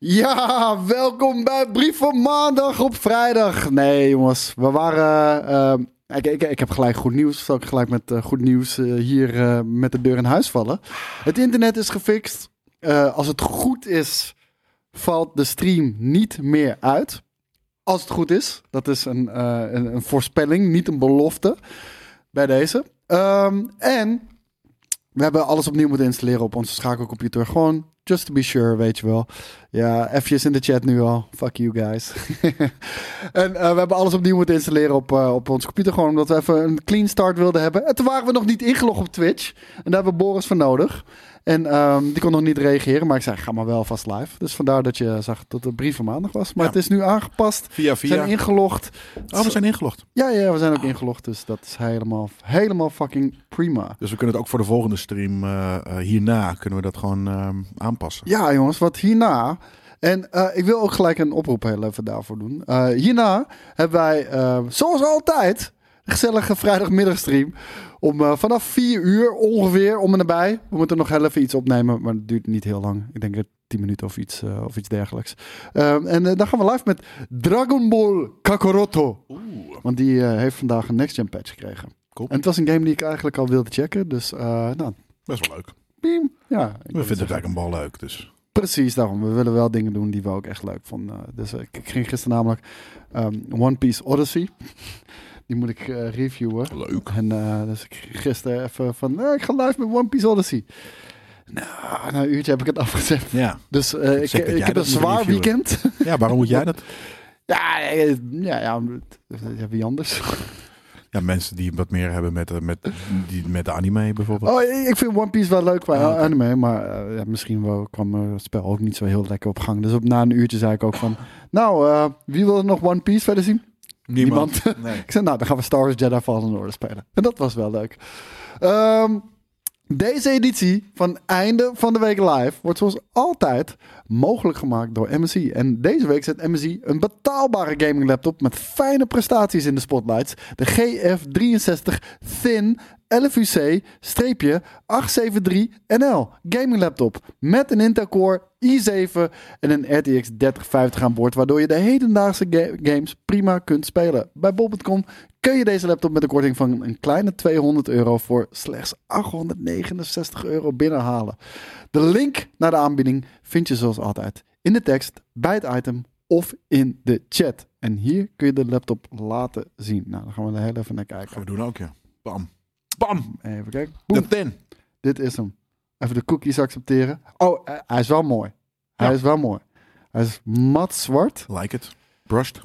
Ja, welkom bij Brief van Maandag op vrijdag. Nee jongens, we waren... Ik heb gelijk goed nieuws. Zal ik gelijk met goed nieuws hier met de deur in huis vallen. Het internet is gefixt. Als het goed is, valt de stream niet meer uit. Als het goed is. Dat is een voorspelling, niet een belofte bij deze. En we hebben alles opnieuw moeten installeren op onze schakelcomputer. Gewoon, just to be sure, weet je wel. Ja, eventjes in de chat nu al. Fuck you guys. En we hebben alles opnieuw moeten installeren op onze computer. Gewoon omdat we even een clean start wilden hebben. En toen waren we nog niet ingelogd op Twitch. En daar hebben we Boris voor nodig. En die kon nog niet reageren. Maar ik zei, ga maar wel vast live. Dus vandaar dat je zag dat de brief van maandag was. Maar het is nu aangepast. Via. We zijn ingelogd. Oh, we zijn ingelogd. Ja, we zijn ook ingelogd. Dus dat is helemaal fucking prima. Dus we kunnen het ook voor de volgende stream hierna kunnen we dat gewoon aanpassen. Ja, jongens, wat hierna. En ik wil ook gelijk een oproep heel even daarvoor doen. Hierna hebben wij, zoals altijd, een gezellige vrijdagmiddagstream. Om vanaf 4 uur ongeveer, om en nabij. We moeten nog heel even iets opnemen, maar het duurt niet heel lang. Ik denk 10 minuten of iets dergelijks. En dan gaan we live met Dragon Ball Kakaroto. Want die heeft vandaag een Next Gen patch gekregen. Cool. En het was een game die ik eigenlijk al wilde checken. Dus Best wel leuk. Beam. Ja, We vinden Dragon Ball leuk, dus. Precies, daarom. We willen wel dingen doen die we ook echt leuk vonden. Dus ik ging gisteren namelijk One Piece Odyssey. Die moet ik reviewen. Leuk. En dus ik ging gisteren even van, ik ga live met One Piece Odyssey. Nou, na een uurtje heb ik het afgezet. Ja. Dus ik heb een zwaar weekend. Ja, waarom moet jij dat? Ja, wie anders? Ja, mensen die wat meer hebben met de anime bijvoorbeeld. Oh, ik vind One Piece wel leuk qua anime, maar misschien kwam het spel ook niet zo heel lekker op gang. Dus na een uurtje zei ik ook van, wie wil er nog One Piece verder zien? Niemand. Nee. Ik zei, dan gaan we Star Wars Jedi Fallen Order spelen. En dat was wel leuk. Deze editie van Einde van de Week Live wordt zoals altijd mogelijk gemaakt door MSI. En deze week zet MSI een betaalbare gaming laptop met fijne prestaties in de spotlights. De GF63 Thin 11UC-873NL gaming laptop met een Intel Core i7 en een RTX 3050 aan boord, waardoor je de hedendaagse games prima kunt spelen. Bij bol.com kun je deze laptop met een korting van een kleine €200 voor slechts €869 binnenhalen. De link naar de aanbieding vind je zoals altijd in de tekst, bij het item of in de chat. En hier kun je de laptop laten zien. Nou, dan gaan we er heel even naar kijken. Gaan we doen ook, ja. Bam. Bam. Even kijken. De Thin. Dit is hem. Even de cookies accepteren. Oh, hij is wel mooi. Hij is wel mooi. Hij is mat zwart. Like it. Brushed.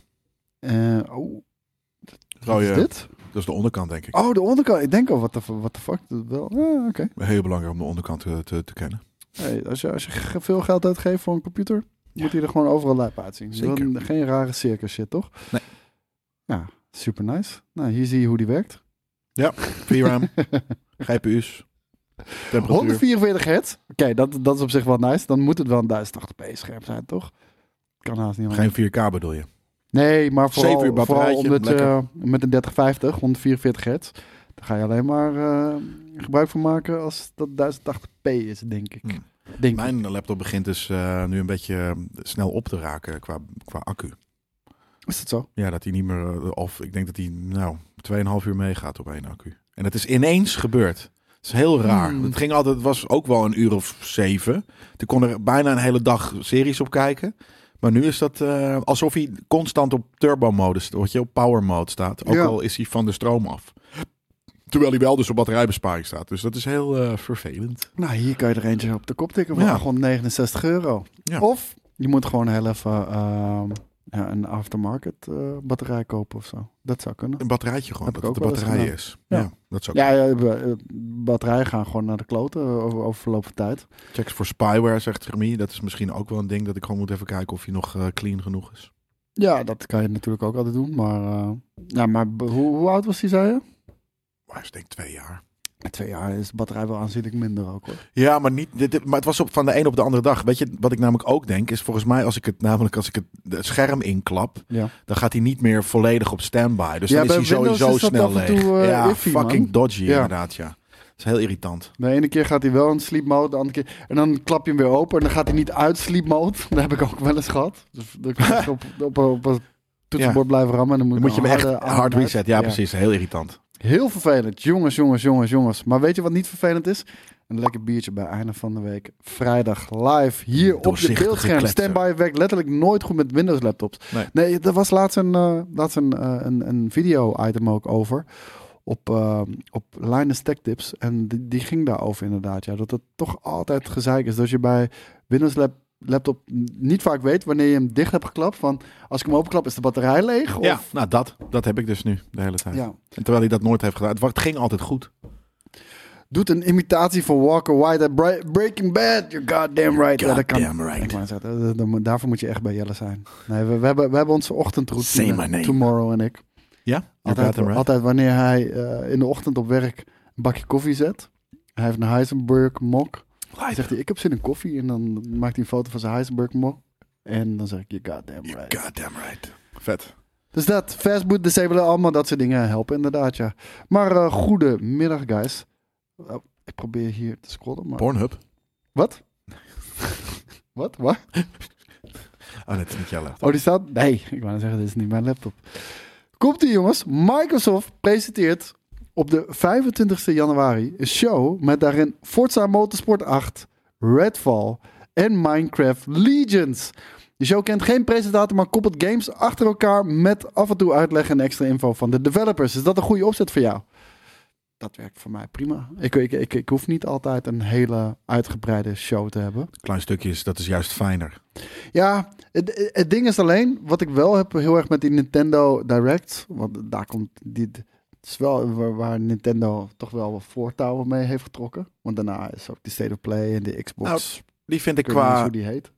Wat is dit? Dat is de onderkant, denk ik. Oh, de onderkant. Ik denk al, what the fuck. Wel, oké. Heel belangrijk om de onderkant te kennen. Hey, als je veel geld uitgeeft voor een computer, moet hij er gewoon overal lijp uitzien. Zeker. Geen rare circus shit, toch? Nee. Ja, super nice. Nou, hier zie je hoe die werkt. Ja, VRAM, GPU's, temperatuur. 144 hertz. Oké, dat is op zich wel nice. Dan moet het wel een 1080p scherm zijn, toch? Kan haast niet anders. Geen 4K bedoel je? Nee, maar 7 uur vooral omdat lekker. met een 3050, 144 hertz, daar ga je alleen maar gebruik van maken als dat 1080p is, denk ik. Mijn laptop begint dus nu een beetje snel op te raken qua accu. Is dat zo? Ja, dat hij niet meer, of ik denk dat hij 2,5 uur meegaat op één accu. En dat is ineens gebeurd. Het is heel raar. Het was ook wel een uur of 7. Toen kon er bijna een hele dag series op kijken. Maar nu is dat alsof hij constant op turbo-mode, op power mode staat. Ook al is hij van de stroom af. Terwijl hij wel dus op batterijbesparing staat. Dus dat is heel vervelend. Nou, hier kan je er eentje op de kop tikken voor €869. Ja. Of je moet gewoon heel even een aftermarket batterij kopen of zo. Dat zou kunnen. Een batterijtje gewoon, Heb dat ik het de ook wel batterij eens is. Ja. Ja, dat zou Batterijen gaan gewoon naar de kloten over verloop van tijd. Checks voor spyware, zegt Remy. Dat is misschien ook wel een ding dat ik gewoon moet even kijken of hij nog clean genoeg is. Ja, dat kan je natuurlijk ook altijd doen. Maar hoe oud was die, zei je? Maar is denk ik 2 jaar. 2 jaar is de batterij wel aanzienlijk minder ook, hoor. Ja, maar maar het was van de een op de andere dag. Weet je, wat ik namelijk ook denk, is volgens mij als ik het scherm inklap, dan gaat hij niet meer volledig op standby. Dus dan is hij sowieso snel leeg. Iffy, fucking man. dodgy inderdaad, ja. is heel irritant. De ene keer gaat hij wel in sleep mode, de andere keer... En dan klap je hem weer open en dan gaat hij niet uit sleep mode. Dat heb ik ook wel eens gehad. Dus dan kan je op een toetsenbord blijven rammen. En Dan moet je hem echt hard reset. Ja, precies. Heel irritant. Heel vervelend. Jongens. Maar weet je wat niet vervelend is? Een lekker biertje bij einde van de week. Vrijdag live hier op je beeldscherm. Standby werkt letterlijk nooit goed met Windows laptops. Nee, er was laatst een video-item ook over. Op Linus Tech Tips. En die ging daarover inderdaad. Ja, dat het toch altijd gezeik is. Dat je bij Windows laptop niet vaak weet wanneer je hem dicht hebt geklapt. Van als ik hem openklap is de batterij leeg? Of... Ja, nou dat heb ik dus nu de hele tijd. Ja. En terwijl hij dat nooit heeft gedaan. Het ging altijd goed. Doet een imitatie van Walker White uit Breaking Bad. You're goddamn right. Goddamn right. Ik wou zeggen, daarvoor moet je echt bij Jelle zijn. Nee, we hebben onze ochtendroutine. Tomorrow en ik. Ja? Altijd wanneer hij in de ochtend op werk een bakje koffie zet. Hij heeft een Heisenberg mok. Dan zegt hij, ik heb zin in koffie. En dan maakt hij een foto van zijn Heisenberg mok. En dan zeg ik, you're goddamn right. You're goddamn right. Vet. Dus dat, fastboot disabelen, allemaal dat soort dingen helpen inderdaad, ja. Maar goedemiddag, guys. Ik probeer hier te scrollen, maar... Pornhub? Wat? Wat? Waar? Oh, dat is niet jouw laptop. Oh, die staat... Nee, ik wou zeggen, dit is niet mijn laptop. Komt-ie, jongens. Microsoft presenteert op de 25 januari een show met daarin Forza Motorsport 8, Redfall en Minecraft Legends. De show kent geen presentator, maar koppelt games achter elkaar met af en toe uitleg en extra info van de developers. Is dat een goede opzet voor jou? Dat werkt voor mij prima. Ik hoef niet altijd een hele uitgebreide show te hebben. Klein stukjes, dat is juist fijner. Ja, het ding is alleen, wat ik wel heb heel erg met die Nintendo Direct, want daar komt het is wel waar Nintendo toch wel wat voortouwen mee heeft getrokken. Want daarna is ook de State of Play en de Xbox. Nou, die vind ik qua hoe die heet.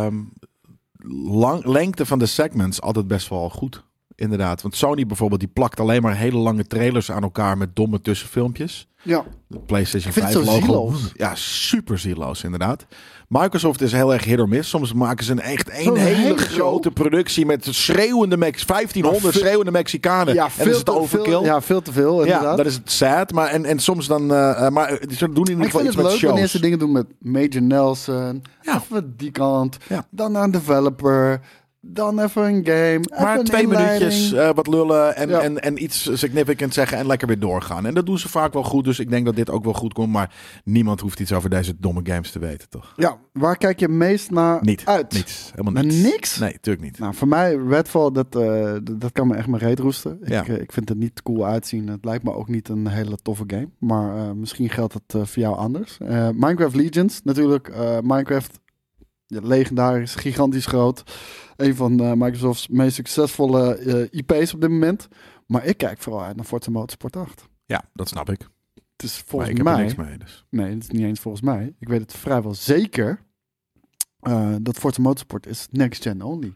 Lengte van de segments altijd best wel goed. Inderdaad, want Sony bijvoorbeeld, die plakt alleen maar hele lange trailers aan elkaar met domme tussenfilmpjes. Ja. De PlayStation 5 logo. Zieloos. Ja, super zieloos inderdaad. Microsoft is heel erg hit or miss. Soms maken ze een hele grote productie met schreeuwende 1500 schreeuwende Mexicanen. Ja, en is het overkill. Veel te veel inderdaad. Ja, dat is het sad. Maar, en soms dan... maar ze doen in ieder geval iets met shows. Ik vind het leuk wanneer ze dingen doen met Major Nelson. Ja. Even die kant. Ja. Dan een developer. Dan even een game. Maar 2 minuutjes wat lullen en iets significant zeggen en lekker weer doorgaan. En dat doen ze vaak wel goed, dus ik denk dat dit ook wel goed komt. Maar niemand hoeft iets over deze domme games te weten, toch? Ja, waar kijk je meest naar uit? Niets. Helemaal niets. Niks? Nee, natuurlijk niet. Nou, voor mij, Redfall, dat kan me echt mijn reet roesten. Ja. Ik vind het niet cool uitzien. Het lijkt me ook niet een hele toffe game. Maar misschien geldt het voor jou anders. Minecraft Legends, natuurlijk. Minecraft, legendarisch, gigantisch groot. Een van Microsoft's meest succesvolle IP's op dit moment. Maar ik kijk vooral uit naar Forza Motorsport 8. Ja, dat snap ik. Het is volgens mij... mij... Ik heb er niks mee, dus. Nee, het is niet eens volgens mij. Ik weet het vrijwel zeker dat Forza Motorsport is next gen only.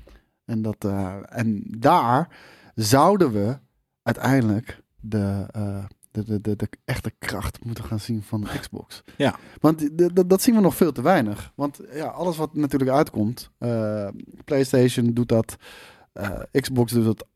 En daar zouden we uiteindelijk de echte kracht moeten gaan zien van de Xbox. Ja. Want dat zien we nog veel te weinig. Want ja, alles wat natuurlijk uitkomt, PlayStation doet dat, Xbox doet dat,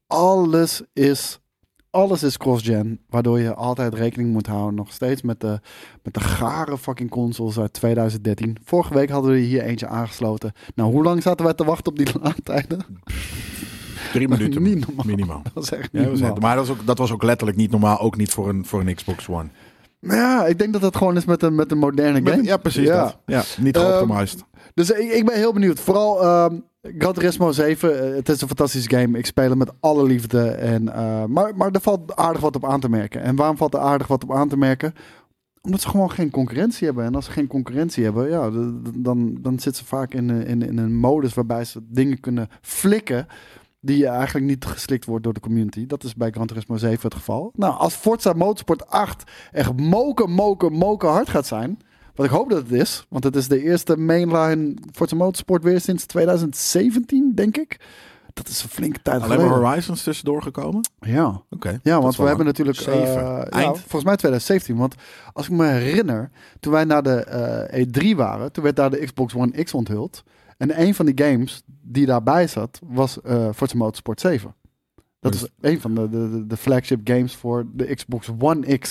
alles is cross-gen, waardoor je altijd rekening moet houden nog steeds met de gare fucking consoles uit 2013. Vorige week hadden we hier eentje aangesloten. Nou, hoe lang zaten wij te wachten op die laadtijden? 3 minuten niet normaal. Minimaal. Dat is echt niet normaal. Maar dat was ook letterlijk niet normaal, ook niet voor een Xbox One. Ja, ik denk dat dat gewoon is met een moderne game. Ja, precies dat. Ja, niet geoptimized. Dus ik ben heel benieuwd. Vooral Gran Turismo 7, het is een fantastische game. Ik speel hem met alle liefde. Maar er valt aardig wat op aan te merken. En waarom valt er aardig wat op aan te merken? Omdat ze gewoon geen concurrentie hebben. En als ze geen concurrentie hebben, ja, dan zitten ze vaak in een modus waarbij ze dingen kunnen flikken die eigenlijk niet geslikt wordt door de community. Dat is bij Gran Turismo 7 het geval. Nou, als Forza Motorsport 8 echt moken hard gaat zijn, wat ik hoop dat het is, want het is de eerste mainline Forza Motorsport weer sinds 2017, denk ik. Dat is een flinke tijd geleden. Alleen maar Horizons tussendoor gekomen? Ja. Oké. Ja, want we hebben natuurlijk... volgens mij 2017. Want als ik me herinner, toen wij naar de E3 waren, toen werd daar de Xbox One X onthuld. En een van die games die daarbij zat, was Forza Motorsport 7. Dat is een van de flagship games voor de Xbox One X.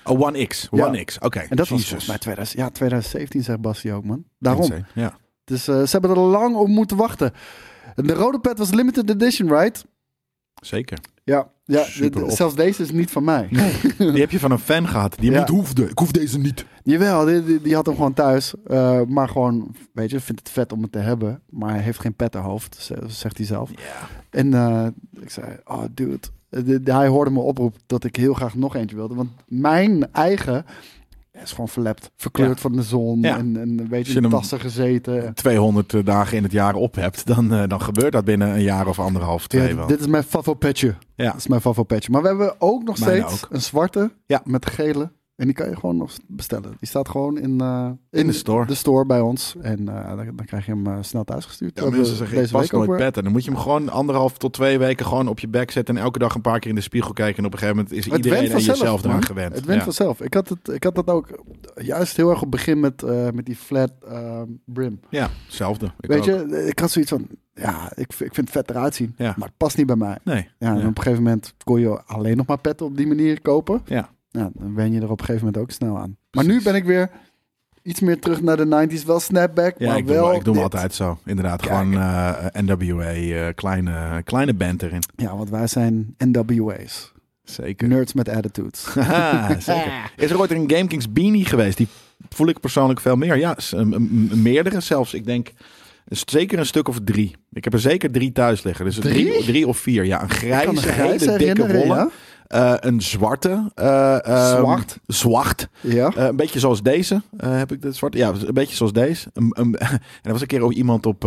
Oh, One X. Ja. One X, oké. En dat was Jezus. volgens mij 2017, zegt Bassie ook, man. Daarom. Insane, ja. Dus ze hebben er lang op moeten wachten. De rode pet was limited edition, right? Zeker. Ja, Super op. zelfs deze is niet van mij. Die heb je van een fan gehad die hem niet hoefde. Ik hoef deze niet. Jawel, die had hem gewoon thuis. Maar gewoon, weet je, vindt het vet om het te hebben. Maar hij heeft geen pettenhoofd, zegt hij zelf. Ja. En ik zei, oh dude. Hij hoorde me oproep dat ik heel graag nog eentje wilde. Want mijn eigen is gewoon verlept. Verkleurd van de zon. Ja. En een beetje Als je in hem- tassen gezeten. 200 dagen in het jaar op hebt, dan gebeurt dat binnen een jaar of anderhalf, twee Ja, wel. dit is mijn Favo petje. Ja. Dat is mijn Favo petje. Maar we hebben ook nog Mijne steeds ook. een zwarte Ja. met gele. En die kan je gewoon nog bestellen. Die staat gewoon in de store. De store bij ons. En dan krijg je hem snel thuisgestuurd. Ja, We mensen hebben zeggen, ik pas ook nooit weer- petten. Dan moet je hem gewoon 1,5 tot 2 weken gewoon op je bek zetten en elke dag een paar keer in de spiegel kijken. En op een gegeven moment is Het iedereen went en vanzelf, jezelf eraan man. gewend. Het went Ja. vanzelf. Ik had dat ook juist heel erg op het begin met die flat brim. Ja, hetzelfde. Ik Weet ook. je, ik had zoiets van, ja, ik vind het vet eruit zien. Ja. Maar het past niet bij mij. Nee. Ja, en Ja. op een gegeven moment kon je alleen nog maar petten op die manier kopen. Ja. Ja, dan wen je er op een gegeven moment ook snel aan. Maar nu ben ik weer iets meer terug naar de 90s. Wel snapback, Ja, maar ik wel doe hem dit. altijd zo. Inderdaad, Kijk. gewoon NWA, kleine band erin. Ja, want wij zijn NWA's. Zeker. Nerds met attitudes. Haha, zeker. Is er ooit een GameKings beanie geweest? Die voel ik persoonlijk veel meer. Ja, meerdere zelfs. Ik denk zeker een stuk of 3. Ik heb er zeker 3 thuis liggen. Dus 3? 3 of 4. Ja, een Ik kan grijze, me grijs hele dikke herinneren, wollen. ja. Een zwarte. Zwart? Zwart. Ja. Een beetje zoals deze. Heb ik de zwarte? Ja, een beetje zoals deze. En er was een keer ook iemand op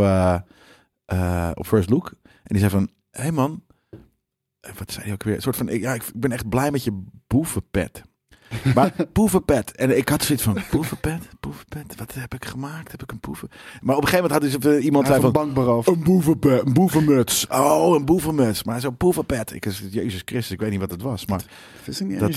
First Look. En die zei van, hey man, wat zei hij ook weer? Een soort van, ik ben echt blij met je boevenpet. Maar poevenpet. En ik had zoiets van, poevenpet? Wat heb ik gemaakt? Heb ik een poeven? Maar op een gegeven moment had dus iemand Hij zei heeft van, een bank beroofd. een boevenpet, een boevenmuts. Oh, een boevenmuts. Maar zo'n poevenpet. Ik zei, Jezus Christus, ik weet niet wat het was. Maar Wist ik niet dat, eens,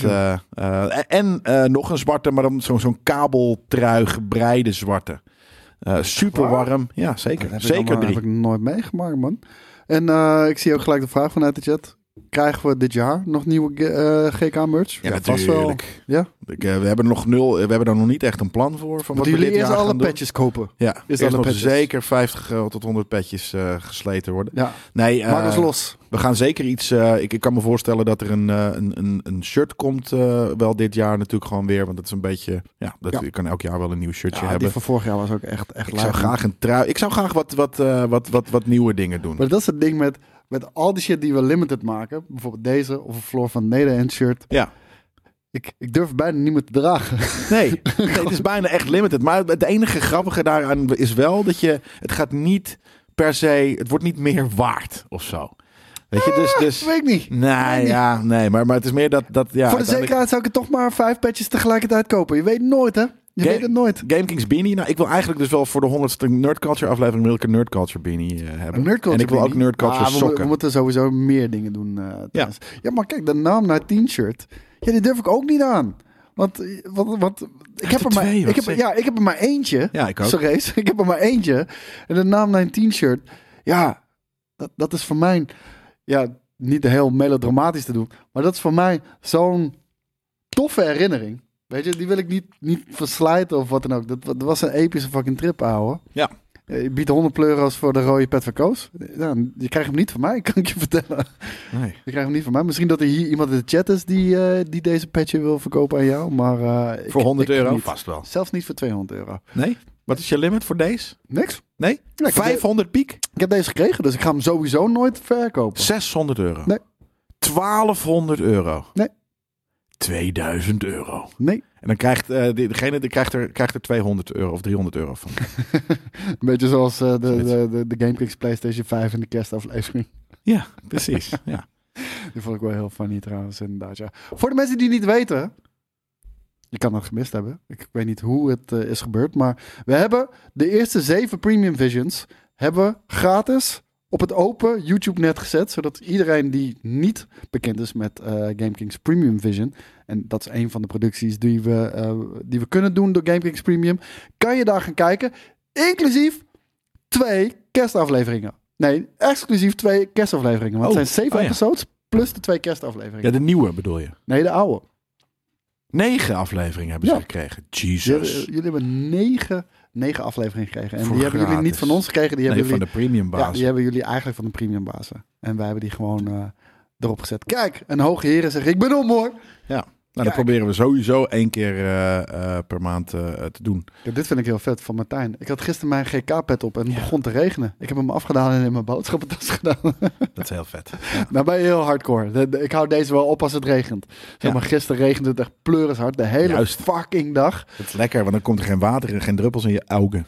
joh. nog een zwarte, maar dan zo'n kabeltrui gebreide zwarte. Super Waar? warm. Ja, zeker. Dat heb ik Zeker allemaal- 3. heb ik nooit meegemaakt, man. En ik zie ook gelijk de vraag vanuit de chat. Krijgen we dit jaar nog nieuwe GK-merch? Ja, vast wel. natuurlijk. Ja? We hebben nog nul. We hebben daar nog niet echt een plan voor. Van wat Moeten we jullie dit eerst jaar alle gaan doen. patches kopen? Ja, eerst alle nog patches? zeker 50 tot 100 patches gesleten worden. Ja. Nee, Maak ons los. we gaan zeker iets. Ik kan me voorstellen dat er een shirt komt wel dit jaar natuurlijk gewoon weer. Want dat is een beetje. Ja, je kan elk jaar wel een nieuw shirtje Ja, hebben. die van vorig jaar was ook echt Ik lijp, zou man. graag een trui. Ik zou graag wat nieuwe dingen doen. Maar dat is het ding met al die shit die we limited maken. Bijvoorbeeld deze of een Floor van Nederend shirt. Ja. Ik durf bijna niet meer te dragen. Nee, het is bijna echt limited. Maar het enige grappige daaraan is wel dat het gaat niet per se, het wordt niet meer waard of zo. Weet je, dus Weet ik niet. nee, maar het is meer dat ja. Voor de uiteindelijk- zekerheid zou ik er toch maar 5 patches tegelijkertijd kopen. Je weet nooit, hè? Je weet het nooit. GameKings beanie. Nou, ik wil eigenlijk dus wel voor de 100ste Nerd Culture aflevering wil ik een Nerd Culture beanie hebben. Een Nerd Culture en ik wil ook beanie? Nerd Culture Ah, sokken. we moeten sowieso meer dingen doen. Trouwens. Ja, maar kijk, de naam naar t-shirt. Ja, die durf ik ook niet aan. Want ik heb er er maar, twee, wat ik heb er maar eentje. Ja, ik ook. Sorry, ik heb er maar eentje. En de naam naar een t-shirt. Ja, dat is voor mij, ja, niet heel melodramatisch te doen. Maar dat is voor mij zo'n toffe herinnering. Weet je, die wil ik niet verslijten of wat dan ook. Dat was een epische fucking trip, ouwe. Ja. Je biedt 100 euro's voor de rode pet van Koos. Ja, je krijgt hem niet van mij, kan ik je vertellen. Nee. Je krijgt hem niet van mij. Misschien dat er hier iemand in de chat is die deze petje wil verkopen aan jou. Maar Voor 100 euro? niet. Vast wel. Zelfs niet voor 200 euro. Nee? Wat is je limit voor deze? Niks. Nee? Ja, ik heb 500 piek? Ik heb deze gekregen, dus ik ga hem sowieso nooit verkopen. 600 euro? Nee. 1200 euro? Nee. 2000 euro? Nee. En dan krijgt degene die krijgt er 200 euro of 300 euro van. Een beetje zoals de GameKings PlayStation 5 in de kerstaflevering. Ja, precies. Ja. Die vond ik wel heel funny trouwens, inderdaad. Ja. Voor de mensen die niet weten, je kan het gemist hebben. Ik weet niet hoe het is gebeurd, maar we hebben de eerste 7 Premium Visions hebben we gratis op het open YouTube-net gezet, zodat iedereen die niet bekend is met GameKings Premium Vision, en dat is een van de producties die we kunnen doen door GameKings Premium, kan je daar gaan kijken, inclusief 2 kerstafleveringen. Nee, exclusief 2 kerstafleveringen, want het zijn 7 ja. episodes plus de 2 kerstafleveringen. Ja, de nieuwe bedoel je? Nee, de oude. 9 afleveringen hebben ze gekregen. Jesus. Jullie hebben 9 afleveringen gekregen. En Voor die hebben jullie gratis. niet van ons gekregen. Die hebben van jullie, de premium baas. ja, die hebben jullie eigenlijk van de premium bazen. En wij hebben die gewoon erop gezet. Kijk, een hoge heren zegt, ik ben om hoor. Ja. Nou, dat proberen we sowieso 1 keer per maand te doen. Ja, dit vind ik heel vet van Martijn. Ik had gisteren mijn GK-pet op en het begon te regenen. Ik heb hem afgedaan en in mijn boodschappentas gedaan. Dat is heel vet. Ja. Nou ben je heel hardcore. Ik hou deze wel op als het regent. Zeg maar, gisteren regende het echt pleurenshard. De hele fucking dag. Dat is lekker, want dan komt er geen water en geen druppels in je ogen.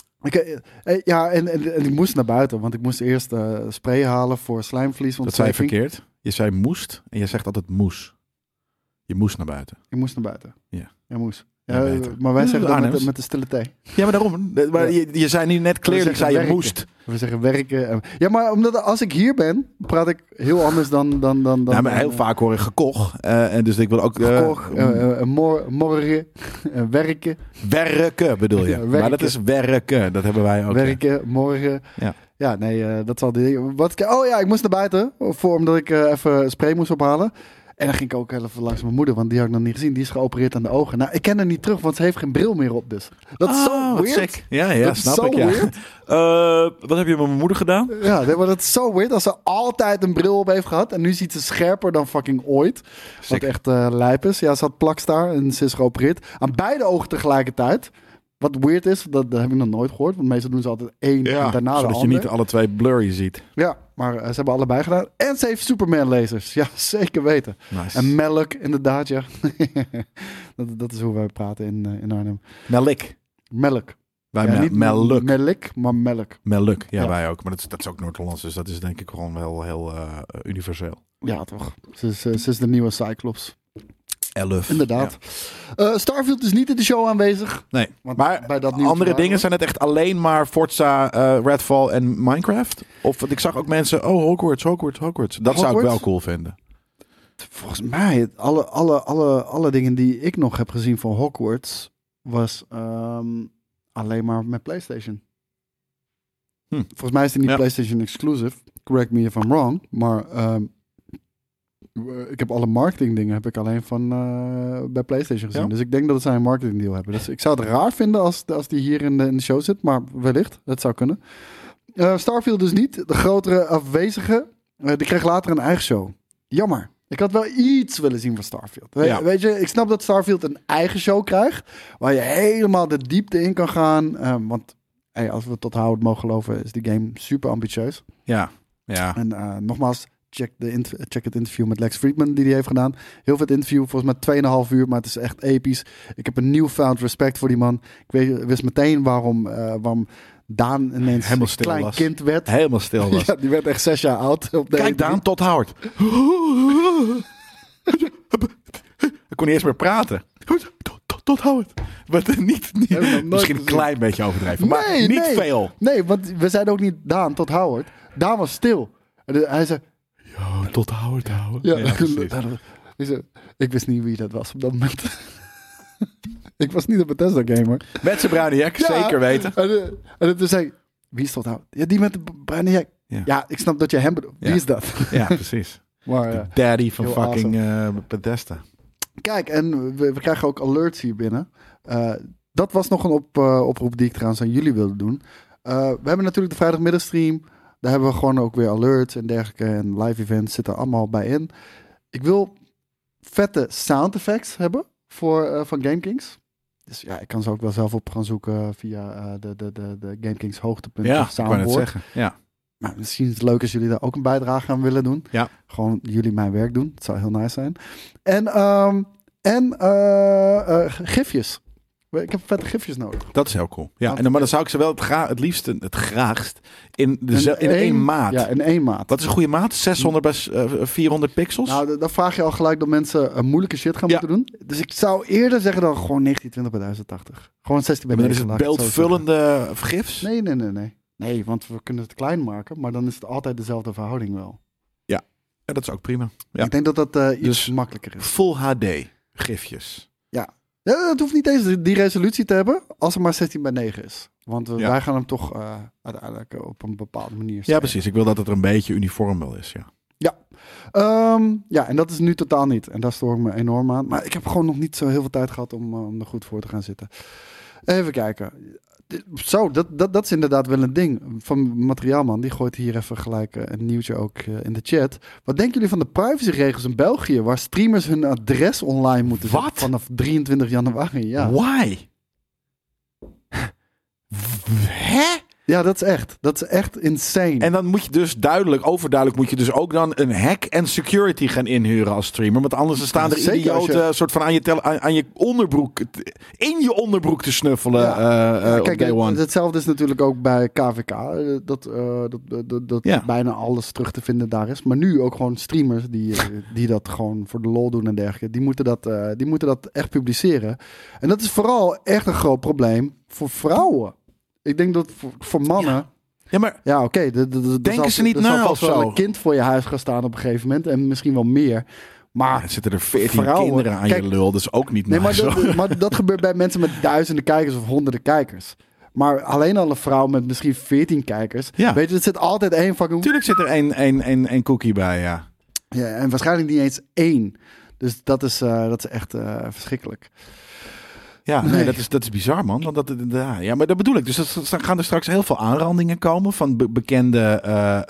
Ja, en ik moest naar buiten. Want ik moest eerst spray halen voor slijmvlies. Dat zei je verkeerd. Je zei moest en je zegt altijd moes. Je moest naar buiten. Ik moest naar buiten. Ja. Je moest. Ja, maar wij zeggen dat met de stille thee. Ja, maar daarom. Maar je zei niet net clearly, zei je moest. We zeggen werken. Ja, maar omdat als ik hier ben, praat ik heel anders dan... Ja, maar heel vaak hoor ik gekoch. En dus ik wil ook... morgen, werken. Werken bedoel je. Werken. Maar dat is werken. Dat hebben wij ook. Werken, morgen. Ja. Ja, nee, dat zal die... ik moest naar buiten, omdat ik even spray moest ophalen. En dan ging ik ook even langs mijn moeder, want die had ik nog niet gezien. Die is geopereerd aan de ogen. Nou, ik ken haar niet terug, want ze heeft geen bril meer op dus. Dat is zo weird. Sick. Ja, snap ik. Weird. Wat heb je met mijn moeder gedaan? Ja, maar dat is zo weird. Als ze altijd een bril op heeft gehad en nu ziet ze scherper dan fucking ooit. Sick. Wat echt lijp is. Ja, ze had plakstaar en ze is geopereerd. Aan beide ogen tegelijkertijd. Wat weird is, dat heb ik nog nooit gehoord. Want meestal doen ze altijd één en daarna de zodat andere. je niet alle twee blurry ziet. Ja, maar ze hebben allebei gedaan. En ze heeft Superman lasers. Ja, zeker weten. Nice. En melk, inderdaad, ja. dat is hoe wij praten in Arnhem. Melk. Melk. Wij Ja, niet melk. melk, maar melk. Melk, ja, Ja. wij ook. Maar dat is ook Noord-Hollands, dus dat is denk ik gewoon wel heel universeel. Ja, toch. Ze is de nieuwe Cyclops. 11. Inderdaad. Starfield is niet in de show aanwezig. Nee, Want maar bij dat nieuws andere waren dingen we. zijn het echt alleen maar Forza, Redfall en Minecraft? Of want ik zag ook mensen, Hogwarts. Dat zou ik wel cool vinden. Volgens mij, alle dingen die ik nog heb gezien van Hogwarts was alleen maar met PlayStation. Volgens mij is het niet PlayStation exclusive. Correct me if I'm wrong. Maar ik heb alle marketing dingen heb ik alleen van bij PlayStation gezien. Ja? Dus ik denk dat zij een marketing deal hebben. Dus ik zou het raar vinden als die hier in de show zit. Maar wellicht, dat zou kunnen. Starfield dus niet. De grotere afwezige. Die kreeg later een eigen show. Jammer. Ik had wel iets willen zien van Starfield. Weet je, ik snap dat Starfield een eigen show krijgt. Waar je helemaal de diepte in kan gaan. Want als we tot Howard mogen geloven, is die game super ambitieus. Ja. En nogmaals, check het interview met Lex Friedman die hij heeft gedaan. Heel vet interview, volgens mij 2,5 uur, maar het is echt episch. Ik heb een newfound respect voor die man. Ik wist meteen waarom Daan ineens Helemaal een stil klein was. kind werd. Helemaal stil was. Ja, die werd echt 6 jaar oud. Op de Kijk E3. Daan, tot Howard. Ik kon niet eens meer praten. Tot Howard. Wat niet Heb ik nog nooit misschien een gezien. klein beetje overdrijven, maar niet veel. Nee, want we zeiden ook niet Daan tot Howard. Daan was stil. En hij zei... Ja, tot Howard. Ja, precies. hij zei, ik wist niet wie dat was op dat moment. Ik was niet een Bethesda-gamer. Met zijn bruine jack, zeker weten. En toen zei ik, wie is tot Howard? Ja, die met de bruine jack. Ja, ik snap dat je hem bedoelt. Wie is dat? Ja, precies. Maar, De daddy van heel fucking Bethesda. kijk, en we krijgen ook alerts hier binnen. Dat was nog een oproep die ik trouwens aan jullie wilde doen. We hebben natuurlijk de vrijdagmiddagstream. Daar hebben we gewoon ook weer alerts en dergelijke. En live events zitten er allemaal bij in. Ik wil vette sound effects hebben van GameKings. Dus ja, ik kan ze ook wel zelf op gaan zoeken via de GameKings hoogtepunten Ja, ik wou net soundboard. zeggen. Ja. Maar misschien is het leuk als jullie daar ook een bijdrage aan willen doen. Ja. Gewoon jullie mijn werk doen. Het zou heel nice zijn. En gifjes. Ik heb vette gifjes nodig. Dat is heel cool. Ja, maar dan zou ik ze wel het liefst, het graagst in één maat. Ja, in één maat. Wat is een goede maat? 600 bij 400 pixels? Nou, dan vraag je al gelijk dat mensen moeilijke shit gaan moeten doen. Dus ik zou eerder zeggen dan gewoon 1920 bij 1080. Gewoon 16 bij maar dan is 9. het beeldvullende gifs? Nee. Nee, want we kunnen het klein maken, maar dan is het altijd dezelfde verhouding wel. Ja, dat is ook prima. Ja. Ik denk dat dat iets Dus makkelijker is. Full HD gifjes. Ja, het hoeft niet eens die resolutie te hebben als het maar 16 bij 9 is. Want wij gaan hem toch uiteindelijk op een bepaalde manier Ja, precies. Ik wil dat het er een beetje uniform wel is, ja. Ja. Ja, en dat is nu totaal niet. En daar stoor ik me enorm aan. Maar ik heb gewoon nog niet zo heel veel tijd gehad om er goed voor te gaan zitten. Even kijken. Zo, dat is inderdaad wel een ding. Van Materiaalman, die gooit hier even gelijk een nieuwtje ook in de chat. Wat denken jullie van de privacyregels in België, waar streamers hun adres online moeten zetten vanaf 23 januari? Ja. Why? Hè? Ja, dat is echt insane. En dan moet je dus overduidelijk moet je dus ook dan een hack en security gaan inhuren als streamer. Want anders dan staan er idioten soort van aan je onderbroek, in je onderbroek te snuffelen. Kijk, day one. hetzelfde is natuurlijk ook bij KVK. Dat bijna alles terug te vinden daar is. Maar nu ook gewoon streamers die dat gewoon voor de lol doen en dergelijke. Die moeten dat echt publiceren. En dat is vooral echt een groot probleem voor vrouwen. Ik denk dat voor mannen... Ja, maar oké. Denken ze niet na of zo? Er zal een kind voor je huis gaan staan op een gegeven moment. En misschien wel meer. Maar er zitten er 14 kinderen aan je lul. Dat is ook niet nice. Maar dat gebeurt bij mensen met duizenden kijkers of honderden kijkers. Maar alleen al een vrouw met misschien 14 kijkers. Ja. Weet je, er zit altijd één fucking... Tuurlijk zit er één cookie bij, ja. Ja, en waarschijnlijk niet eens één. Dus dat is echt verschrikkelijk. Ja, nee, dat is bizar, man. Want maar dat bedoel ik. Dus dan gaan er straks heel veel aanrandingen komen van bekende...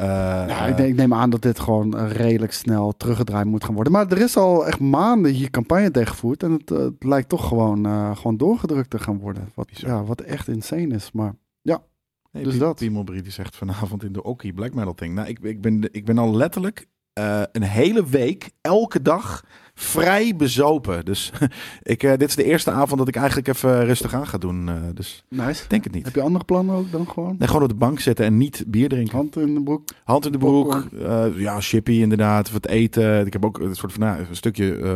Ik neem aan dat dit gewoon redelijk snel teruggedraaid moet gaan worden. Maar er is al echt maanden hier campagne tegen gevoerd. En het lijkt toch gewoon doorgedrukt te gaan worden. Wat echt insane is. Maar ja, nee, dus dat. Pimelbrie die zegt vanavond in de Okkie Black Metal Thing. Nou, ik ben al letterlijk een hele week, elke dag... vrij bezopen. Dus dit is de eerste avond dat ik eigenlijk even rustig aan ga doen. Dus nice. Denk het niet. Heb je andere plannen ook dan gewoon? Nee, gewoon op de bank zitten en niet bier drinken. Hand in de broek? Hand in de broek. Chippy inderdaad. Wat eten. Ik heb ook een soort van een stukje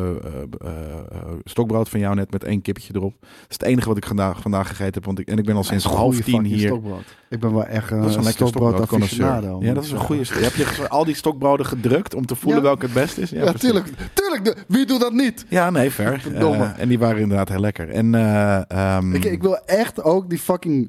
stokbrood van jou net met 1 kippetje erop. Dat is het enige wat ik vandaag gegeten heb. Ik ben al sinds 9:30 hier. Stokbrood. Ik ben wel echt een lekker stokbrood aficionado. Ja, dat is een goede. Heb je al die stokbroden gedrukt om te voelen welke het beste is? Ja, tuurlijk. Wie doet dat niet? Ja, nee, fair. En die waren inderdaad heel lekker. En, ik wil echt ook die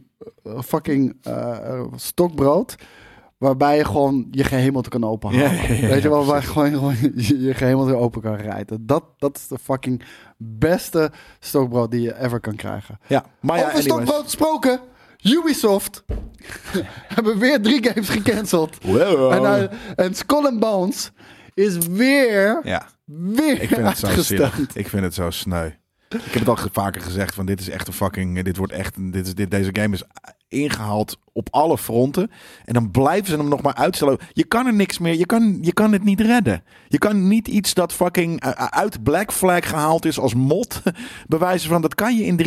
fucking stokbrood... waarbij je gewoon je gehemelte kan openhalen. Weet je wel, waar je gewoon je gehemelte open kan rijden. Dat is de fucking beste stokbrood die je ever kan krijgen. Ja, maar over stokbrood gesproken... Ubisoft hebben weer 3 games gecanceld. Wow. En Skull and Bones is weer ik vind het uitgesteld. Zo zielig. Ik vind het zo sneu. Ik heb het al vaker gezegd, van dit is echt een fucking... Deze game is ingehaald op alle fronten. En dan blijven ze hem nog maar uitstellen. Je kan er niks meer... Je kan het niet redden. Je kan niet iets dat fucking uit Black Flag gehaald is als mod bewijzen van... Dat kan je in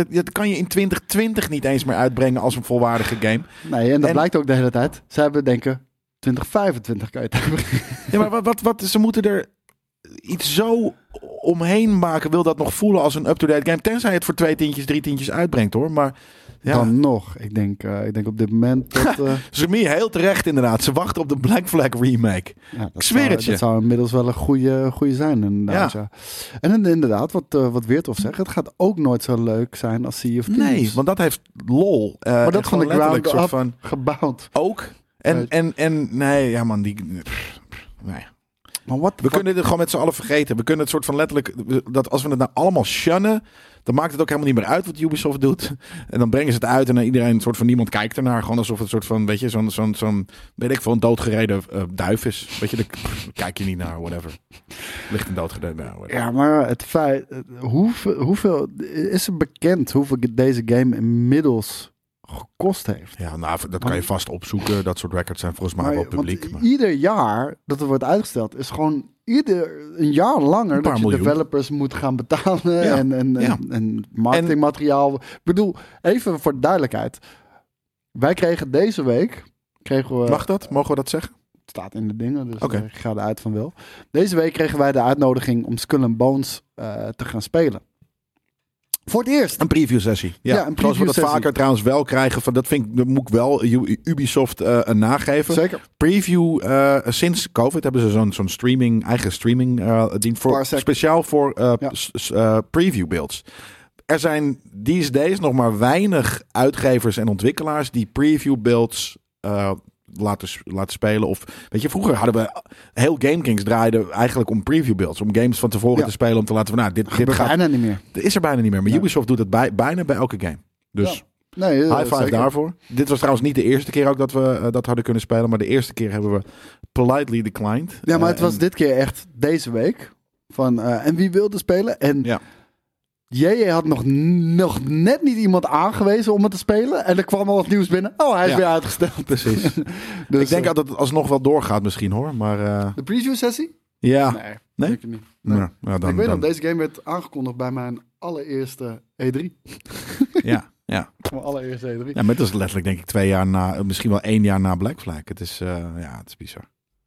2020 niet eens meer uitbrengen als een volwaardige game. Nee, en dat blijkt ook de hele tijd. Ze hebben denken... 2025 kan je het uitbrengen. Ja, maar wat ze moeten er... iets zo omheen maken, wil dat nog voelen als een up-to-date game. Tenzij het voor 2 tientjes, 3 tientjes uitbrengt, hoor. Maar ja. Dan nog. Ik denk op dit moment dat... Ze heel terecht inderdaad. Ze wachten op de Black Flag remake. Ja, ik zweer het je. Dat zou inmiddels wel een goede zijn. Inderdaad, ja. En inderdaad, wat Weerthof zegt, het gaat ook nooit zo leuk zijn als Sea of Thieves. Nee, want dat heeft lol. Maar dat van de ground soort van gebouwd. Ook. En nee, ja man, nee. Maar we kunnen dit gewoon met z'n allen vergeten. We kunnen het soort van letterlijk... dat als we het nou allemaal shunnen... dan maakt het ook helemaal niet meer uit wat Ubisoft doet. En dan brengen ze het uit en dan iedereen... een soort van niemand kijkt ernaar. Gewoon alsof het een soort van... weet je, zo'n weet ik veel, een doodgereden duif is. Weet je, daar kijk je niet naar, whatever. Ligt een doodgereden... Nou, ja, maar het feit... Hoeveel... Is er bekend hoeveel deze game inmiddels... gekost heeft. Ja, nou, dat kan je vast opzoeken. Dat soort records zijn volgens mij wel publiek. Maar... ieder jaar dat er wordt uitgesteld is gewoon een jaar langer dat je developers moet gaan betalen en marketingmateriaal. Ik bedoel, even voor de duidelijkheid. Wij kregen deze week... Mag dat? Mogen we dat zeggen? Het staat in de dingen, dus ik ga eruit van wel. Deze week kregen wij de uitnodiging om Skull and Bones te gaan spelen. Voor het eerst. Een preview sessie. Ja, een preview zoals we dat vaker trouwens wel krijgen. Dat moet ik wel Ubisoft nageven. Zeker. Preview sinds COVID hebben ze zo'n eigen streaming dienst speciaal voor preview builds. Er zijn these days nog maar weinig uitgevers en ontwikkelaars die preview builds laten spelen. Of weet je, vroeger hadden we heel GameKings draaide eigenlijk om preview builds. Om games van tevoren te spelen om te laten van dit gaat bijna niet meer. Dit is er bijna niet meer. Maar Ubisoft doet het bijna bij elke game. Dus high five zeker. Daarvoor. Dit was trouwens niet de eerste keer ook dat we dat hadden kunnen spelen. Maar de eerste keer hebben we politely declined. Ja, maar het was dit keer echt deze week. En wie wilde spelen? En JJ had nog net niet iemand aangewezen om het te spelen. En er kwam al wat nieuws binnen. Oh, hij is weer uitgesteld. Precies. Dus, ik denk dat het alsnog wel doorgaat misschien hoor. Maar, de preview sessie? Ja. Nee? Zeker niet. Nee. Nou, ik weet nog, deze game werd aangekondigd bij mijn allereerste E3. Ja. Mijn allereerste E3. Ja, maar het is letterlijk denk ik 2 jaar na, misschien wel 1 jaar na Black Flag. Het is bizar.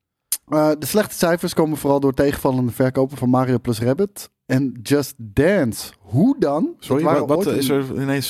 De slechte cijfers komen vooral door tegenvallende verkopen van Mario plus Rabbids en Just Dance. Hoe dan? Sorry, wat is er ineens?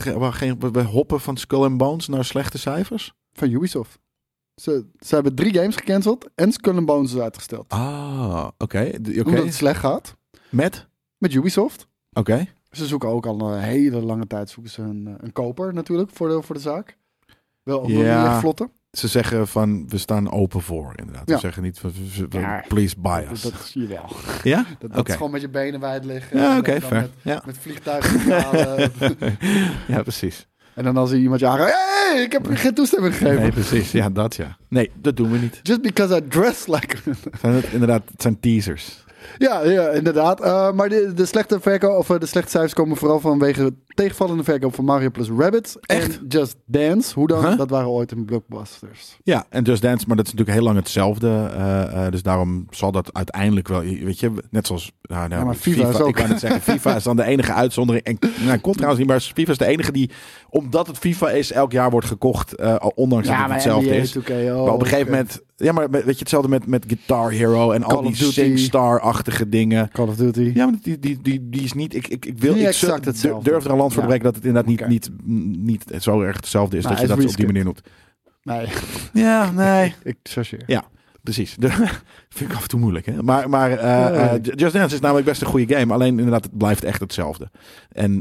We hoppen van Skull and Bones naar slechte cijfers? Van Ubisoft. Ze hebben 3 games gecanceld en Skull and Bones is uitgesteld. Ah, oké. Omdat het slecht gaat. Met Ubisoft. Oké. Ze zoeken ook al een hele lange tijd een koper natuurlijk voor de zaak. Wel ook nog niet echt vlotten. Ze zeggen van, we staan open voor, inderdaad. Ze zeggen niet van, please buy us. Dat zie je wel. Ja? Dat is gewoon met je benen wijd liggen. Ja, oké, fair. Met vliegtuigen halen. Ja, precies. En dan als er iemand je aangaat, hey, ik heb geen toestemming gegeven. Nee, precies. Ja, Nee, dat doen we niet. Just because I dress like... Het zijn teasers. Ja, inderdaad. Maar de slechte verkoop of de slechte cijfers komen vooral vanwege tegenvallende verkoop van Mario plus Rabbids. Echt? En Just Dance. Hoe dan? Dat waren ooit een blockbusters. Ja, en Just Dance, maar dat is natuurlijk heel lang hetzelfde. Dus daarom zal dat uiteindelijk wel, weet je, net zoals maar FIFA is ook. Ik kan het zeggen, FIFA is dan de enige uitzondering. En kon trouwens niet, maar FIFA is de enige die, omdat het FIFA is, elk jaar wordt gekocht, ondanks dat het hetzelfde NBA, is. 2K, maar op een gegeven moment, maar weet je, hetzelfde met Guitar Hero en Call al die SingStar-achtige dingen. Call of Duty. Ja, maar die is niet. Ik durf er een land voor te breken dat het inderdaad niet zo erg hetzelfde is dat je dat op die manier noemt. Nee. Ja, nee. Ik chargeer. Ja, precies. Vind ik af en toe moeilijk, hè? Maar Just Dance is namelijk best een goede game. Alleen inderdaad, het blijft echt hetzelfde. En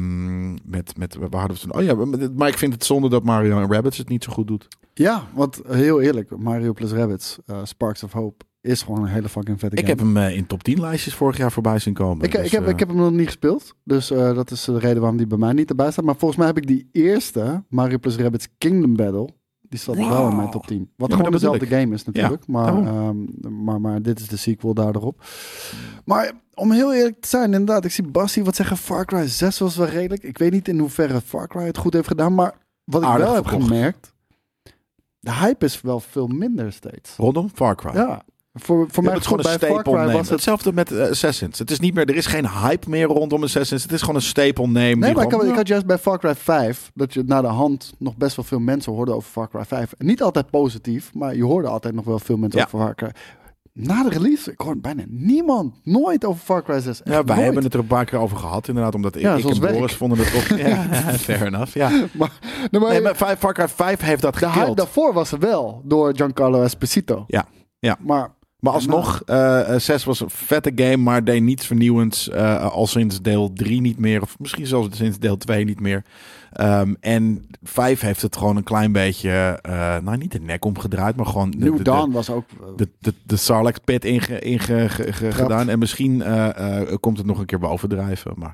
we hadden het toen... Oh ja, maar ik vind het zonde dat Mario en Rabbids het niet zo goed doet. Ja, want heel eerlijk, Mario plus Rabbids, Sparks of Hope, is gewoon een hele fucking vette game. Ik heb hem in top 10 lijstjes vorig jaar voorbij zien komen. Ik heb hem nog niet gespeeld. Dus dat is de reden waarom die bij mij niet erbij staat. Maar volgens mij heb ik die eerste Mario plus Rabbids Kingdom Battle. Die staat wel in mijn top 10. Wat gewoon dezelfde game is natuurlijk. Ja, maar dit is de sequel daarop. Maar om heel eerlijk te zijn, inderdaad. Ik zie Bassie wat zeggen. Far Cry 6 was wel redelijk. Ik weet niet in hoeverre Far Cry het goed heeft gedaan. Maar wat ik wel heb gemerkt. De hype is wel veel minder steeds. Rondom Far Cry? Ja. Voor mij het gewoon een staple name. Was hetzelfde met Assassins. Het is niet meer, er is geen hype meer rondom Assassins. Het is gewoon een staple name. Nee, maar ik had juist bij Far Cry 5 dat je na de hand nog best wel veel mensen hoorde over Far Cry 5. En niet altijd positief, maar je hoorde altijd nog wel veel mensen over Far Cry. Na de release, ik hoorde bijna niemand nooit over Far Cry 6. Ja, wij hebben het er een paar keer over gehad, inderdaad. Omdat ik en Boris vonden het op. Fair enough. Ja. Maar Far Cry 5 heeft dat gekild. De hype daarvoor was er wel, door Giancarlo Esposito. Ja. Maar alsnog, 6 was een vette game, maar deed niets vernieuwends. Al sinds deel 3 niet meer. Of misschien zelfs sinds deel 2 niet meer. En 5 heeft het gewoon een klein beetje, niet de nek omgedraaid, maar gewoon... New Dawn was ook... De Sarlacc pit gedaan. En misschien komt het nog een keer bovendrijven. Maar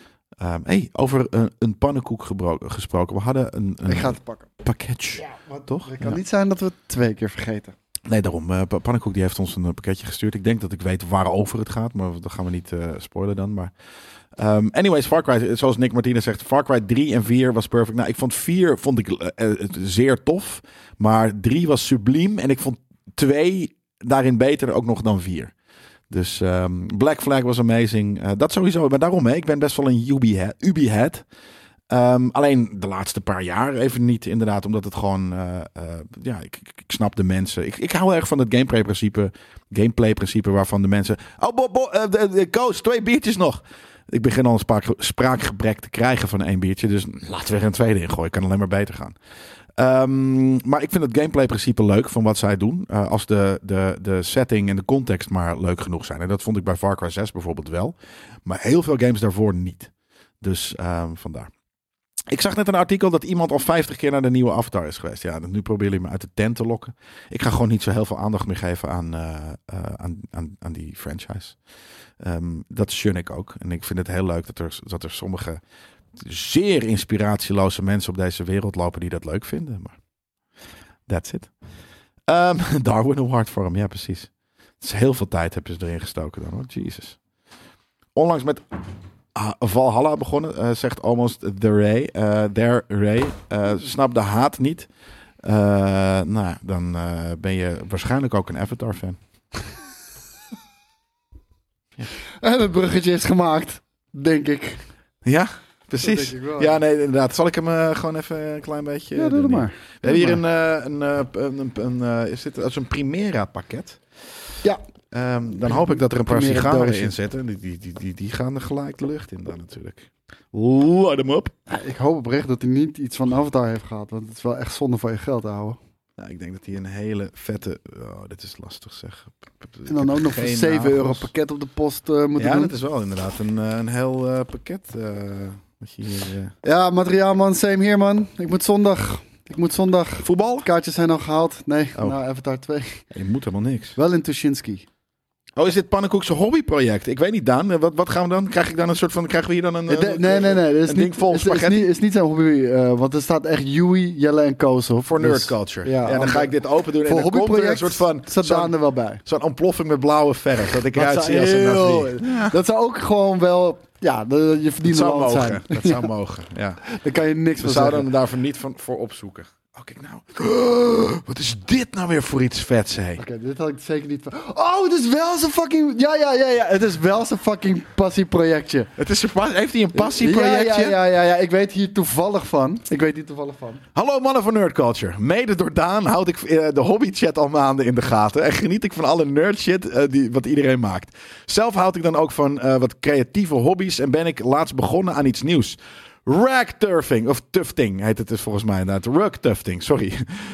over een pannenkoek gesproken. We hadden een ik ga het pakken. Pakketje. Ja, toch? Het kan niet zijn dat we het 2 keer vergeten. Nee, daarom. Pannenkoek die heeft ons een pakketje gestuurd. Ik denk dat ik weet waarover het gaat, maar dat gaan we niet spoilen dan. Maar anyways, Far Cry, zoals Nick Martinez zegt, Far Cry 3 en 4 was perfect. Nou, ik vond 4 zeer tof, maar 3 was subliem en ik vond 2 daarin beter ook nog dan 4. Dus Black Flag was amazing. Dat sowieso, maar daarom, ik ben best wel een Ubi-head. Alleen de laatste paar jaar even niet, inderdaad, omdat het gewoon, ik snap de mensen. Ik hou erg van het gameplay-principe waarvan de mensen, Koos, 2 biertjes nog. Ik begin al een spraakgebrek te krijgen van 1 biertje, dus laten we er een tweede in gooien. Kan alleen maar beter gaan. Maar ik vind het gameplay-principe leuk van wat zij doen. Als de setting en de context maar leuk genoeg zijn. En dat vond ik bij Far Cry 6 bijvoorbeeld wel. Maar heel veel games daarvoor niet. Dus vandaar. Ik zag net een artikel dat iemand al 50 keer naar de nieuwe Avatar is geweest. Ja, nu proberen jullie me uit de tent te lokken. Ik ga gewoon niet zo heel veel aandacht meer geven aan die franchise. Dat shun ik ook. En ik vind het heel leuk dat er sommige zeer inspiratieloze mensen op deze wereld lopen die dat leuk vinden. Maar that's it. Darwin Award voor hem, ja precies. Het is heel veel tijd hebben ze erin gestoken dan hoor. Jesus. Onlangs met Valhalla begonnen, zegt Almost Their Ray. Snap de haat niet. Dan ben je waarschijnlijk ook een Avatar-fan. En het bruggetje is gemaakt, denk ik. Ja, precies. Dat denk ik wel, ja, nee, inderdaad. Zal ik hem gewoon even een klein beetje... Ja, doe het maar. We hebben hier is dit als een Primera pakket. Ja. Dan hoop ik dat er een paar Primera sigaren doosje. in zitten. Die gaan er gelijk de lucht in dan natuurlijk. Light hem op. Ja, ik hoop oprecht dat hij niet iets van Avatar heeft gehad. Want het is wel echt zonde van je geld, ouwe. Nou, ik denk dat hij een hele vette... Oh, dit is lastig zeg. En dan ook nog voor 7 euro pakket op de post moeten doen. Ja, dat is wel inderdaad een heel pakket. Wat je hier, Ja, materiaal man, same hier man. Ik moet zondag. Voetbal? Kaartjes zijn al gehaald. Nee, Oh. nou Avatar 2. Je moet helemaal niks. Wel in Tuschinski. Oh, is dit Pannenkoekse hobbyproject? Ik weet niet, Daan. Wat gaan we dan? Krijgen we hier dan een... Nee. Dat is een ding niet, vol spaghetti? is niet zijn hobby. Want er staat echt Yui, Jelle en Koos op. Voor Dus, nerd culture. ja, Ja, dan ga ik dit open doen. voor En dan komt er een hobbyproject soort van... staat Daan er wel bij. Zo'n ontploffing met blauwe verf. Dat ik Dat eruit zou zie als een heel- Navi. Dat zou ook gewoon wel... Ja, je Dat verdient zou land mogen. zijn. Dat zou mogen, ja. Daar kan je niks We van zouden zeggen. hem daarvoor niet voor opzoeken. Oh, kijk nou. Wat is dit nou weer voor iets vets, hé? Oké, dit had ik zeker niet van... Oh, het is wel zijn fucking... Ja. Het is wel zijn fucking passieprojectje. Heeft hij een passieprojectje? Ja. Ik weet hier toevallig van. Hallo mannen van Nerd Culture. Mede door Daan houd ik de hobbychat al maanden in de gaten. En geniet ik van alle nerd shit wat iedereen maakt. Zelf houd ik dan ook van wat creatieve hobby's. En ben ik laatst begonnen aan iets nieuws. Ragturfing, of tufting heet het dus volgens mij inderdaad. Rugtufting, sorry.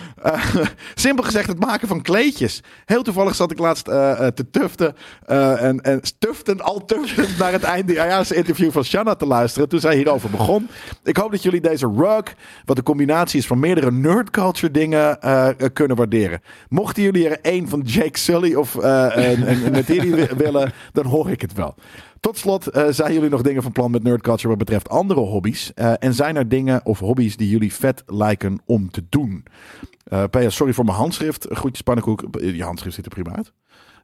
Simpel gezegd het maken van kleedjes. Heel toevallig zat ik laatst te tuften. En tuftend naar het eindejaars interview van Shanna te luisteren. Toen zij hierover begon. Ik hoop dat jullie deze rug, wat een combinatie is van meerdere nerdculture dingen, kunnen waarderen. Mochten jullie er één van Jake Sully of een Nethiri willen, dan hoor ik het wel. Tot slot, zijn jullie nog dingen van plan met nerdculture wat betreft andere hobby's? En zijn er dingen of hobby's die jullie vet lijken om te doen? PS, sorry voor mijn handschrift. Groetjes Pannenkoek. Je handschrift ziet er prima uit.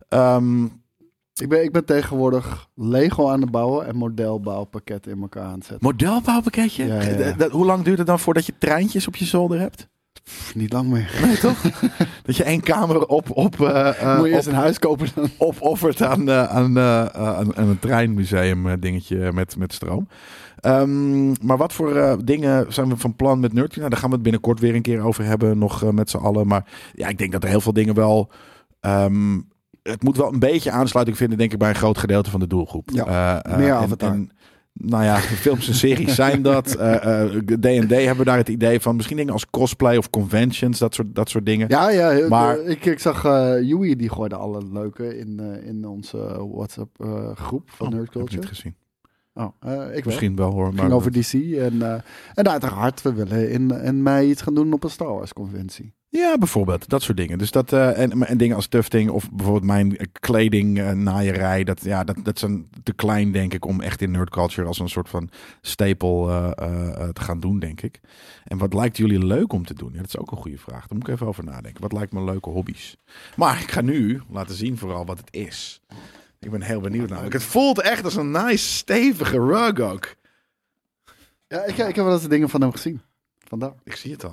Ik ben tegenwoordig Lego aan het bouwen en modelbouwpakketten in elkaar aan het zetten. Modelbouwpakketje? Ja. Hoe lang duurt het dan voordat je treintjes op je zolder hebt? Niet lang meer. Nee, toch? Dat je één kamer Moet je eerst een huis kopen dan? opoffert aan een treinmuseum dingetje met stroom. Maar wat voor dingen zijn we van plan met Nerd? Nou, daar gaan we het binnenkort weer een keer over hebben, nog met z'n allen. Maar ja, ik denk dat er heel veel dingen wel... het moet wel een beetje aansluiting vinden, denk ik, bij een groot gedeelte van de doelgroep. Ja, meer Avatar. Nou ja, films en series zijn dat. D&D hebben daar het idee van. Misschien dingen als cosplay of conventions, dat soort dingen. Ja, maar ik zag Yui, die gooide alle leuke in onze WhatsApp groep van Nerd Heb ik Culture. niet gezien. Ik Misschien wel hoor. ging Maar over DC en uiteraard, we willen in mei iets gaan doen op een Star Wars conventie. Ja, bijvoorbeeld. Dat soort dingen. Dus dat, en dingen als tufting of bijvoorbeeld mijn kleding, naaierij. Dat zijn te klein, denk ik, om echt in nerd culture als een soort van stapel te gaan doen, denk ik. En wat lijkt jullie leuk om te doen? Ja, dat is ook een goede vraag. Daar moet ik even over nadenken. Wat lijkt me leuke hobby's? Maar ik ga nu laten zien vooral wat het is. Ik ben heel benieuwd namelijk. Het voelt echt als een nice, stevige rug ook. Ja, ik heb wel eens de dingen van hem gezien. Vandaar. Ik zie het al.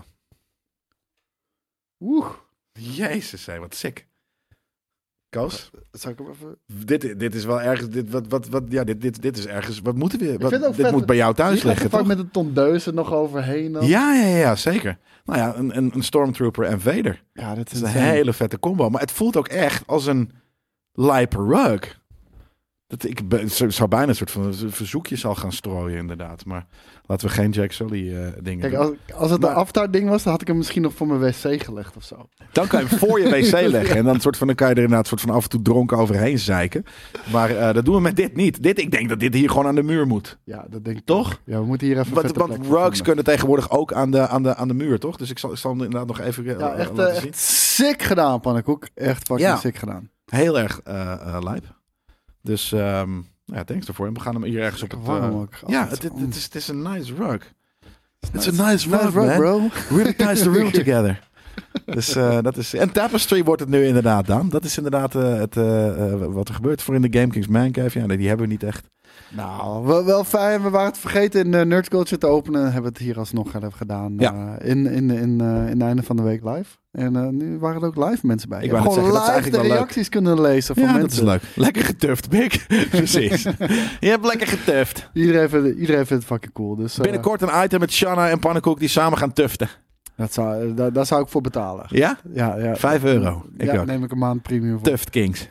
Oeh. Jezus, hé, wat sick. Koos? Zal ik hem even... Dit is wel ergens. Dit is ergens. Wat moeten we? vind het ook Dit vet. moet bij jou thuis liggen, Vaak toch? met een tondeuze nog overheen. Dan. Ja, zeker. Nou ja, een Stormtrooper en Vader. Ja, Dat is een hele vette combo. Maar het voelt ook echt als een lijpe rug. Zou bijna een soort van verzoekjes al gaan strooien, inderdaad. Maar laten we geen Jack Sully dingen Kijk, doen. als het een Avatar-ding was, dan had ik hem misschien nog voor mijn wc gelegd of zo. Dan kan je hem voor je wc leggen. En dan kan je er inderdaad soort van af en toe dronken overheen zeiken. Maar dat doen we met dit niet. Ik denk dat dit hier gewoon aan de muur moet. Ja, dat denk ik Toch? ook. Ja, we moeten hier even Want rugs kunnen tegenwoordig ook aan de muur, toch? Dus ik zal hem inderdaad nog even Ja, laten zien. echt sick gedaan, Pannenkoek. Echt fucking sick gedaan. Heel erg lijp. Dus thanks daarvoor. En we gaan hem hier ergens op het... Warm ook. Het is een nice rug. It's Nice. a nice rug, man. bro. Really ties the room together. Dus dat is... En Tapestry wordt het nu inderdaad, Daan. Dat is inderdaad wat er gebeurt voor in de Game Kings Man Cave. Ja, nee, die hebben we niet echt. Nou, wel fijn. We waren het vergeten in Nerd Culture te openen. Hebben we het hier alsnog even gedaan. Ja. In het einde van de week live. En nu waren er ook live mensen bij. Ik Je wou hebt net gewoon zeggen, dat is live de eigenlijk wel reacties kunnen lezen van Ja, mensen. dat is leuk. Lekker getuft, Bik. Precies. Je hebt lekker getuft. Iedereen vindt het fucking cool. Dus, Binnenkort een item met Shanna en Pannenkoek die samen gaan tuften. daar zou ik voor betalen. Ja? Ja. €5. Ik ook. Neem ik een maand premium voor. Tuft Kings.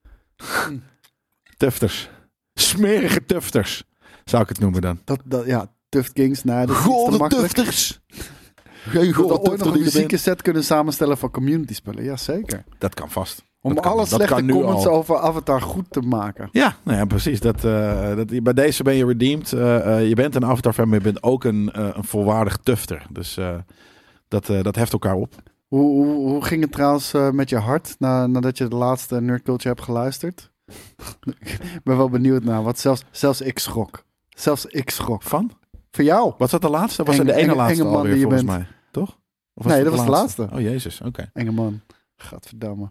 Tufters. Smerige tufters. Zou ik het noemen dan. Tuft Kings. Nou, dat is iets te Golden makkelijk. tufters. Geen golden ooit nog tufter een die er fysieke bent. set kunnen samenstellen van community spellen. Jazeker. Dat kan vast. Om Dat kan. alle Dat slechte kan nu comments al. over Avatar goed te maken. Ja, nou ja, precies. Bij deze ben je redeemed. Je bent een Avatar-fan, maar je bent ook een volwaardig tufter. Dus dat heft elkaar op. Hoe ging het trouwens met je hart nadat je de laatste Nerd Culture hebt geluisterd? Ik ben wel benieuwd naar wat zelfs ik schrok. Zelfs ik schrok. Van? Voor jou. Was dat de laatste? Was het de ene laatste enge man alweer, die je volgens bent. mij? Toch? Of Nee, het dat was de laatste. Oh, jezus. Oké. Enge man. Gadverdamme.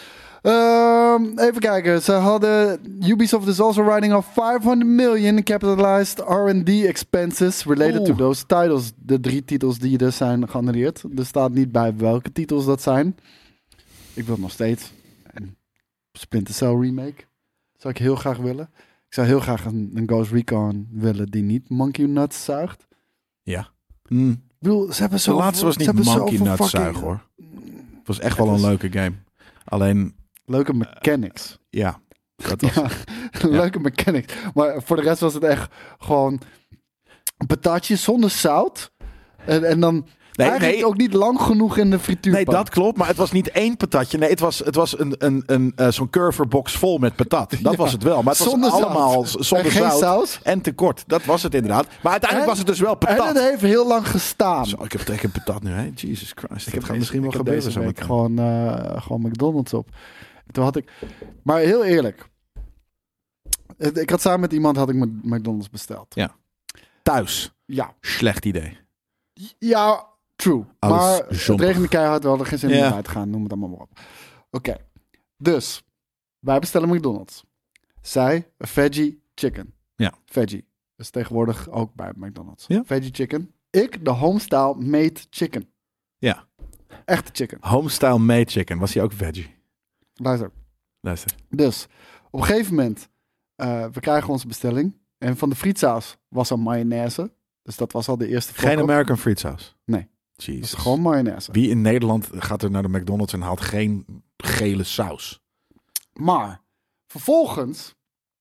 Even kijken. Ze hadden... Ubisoft is also writing off 500 million capitalized R&D expenses related to those titles. De 3 titels die er zijn geannuleerd. Er staat niet bij welke titels dat zijn. Ik wil nog steeds een Splinter Cell remake. Zou ik heel graag willen. Ik zou heel graag een Ghost Recon willen die niet Monkey Nuts zuigt. Ja. Ik bedoel, ze hebben De zo... laatste was niet Monkey Nuts zuigen, hoor. Het was echt wel een leuke game. Alleen... Leuke mechanics. Ja, dat was... Ja, leuke mechanics. Maar voor de rest was het echt gewoon patatjes zonder zout. En dan eigenlijk ook niet lang genoeg in de frituurpan. Nee, dat klopt. Maar het was niet één patatje. Nee, het was zo'n curverbox vol met patat. Dat was het wel. Maar het zonder was allemaal zout. zonder en geen zout. saus. En tekort. Dat was het inderdaad. Maar uiteindelijk was het dus wel patat. En het heeft heel lang gestaan. Zo, ik heb tegen patat nu, hè? Jesus Christ. Ik Dat gaat misschien wel gebeuren deze zo week meteen. gewoon McDonald's op. Toen had ik... Maar heel eerlijk. Ik had samen met iemand McDonald's besteld. Ja. Thuis. Ja. Slecht idee. Ja, true. Alles maar het zompig. regende keihard. We hadden geen zin om Ja. eruit te gaan. Noem het allemaal maar op. Oké. Dus. Wij bestellen McDonald's. Zij een veggie chicken. Ja. Veggie. Dus tegenwoordig ook bij McDonald's. Ja. Veggie chicken. Ik de homestyle made chicken. Ja. Echte chicken. Homestyle made chicken. Was hij ook veggie? Luister. Luister. Dus. Op een gegeven moment. We krijgen onze bestelling. En van de frietsaus was al mayonaise. Dus dat was al de eerste Geen fuck-up. American fried saus? Nee. Dat Jesus. is gewoon mayonaise. Wie in Nederland gaat er naar de McDonald's en haalt geen gele saus? Maar vervolgens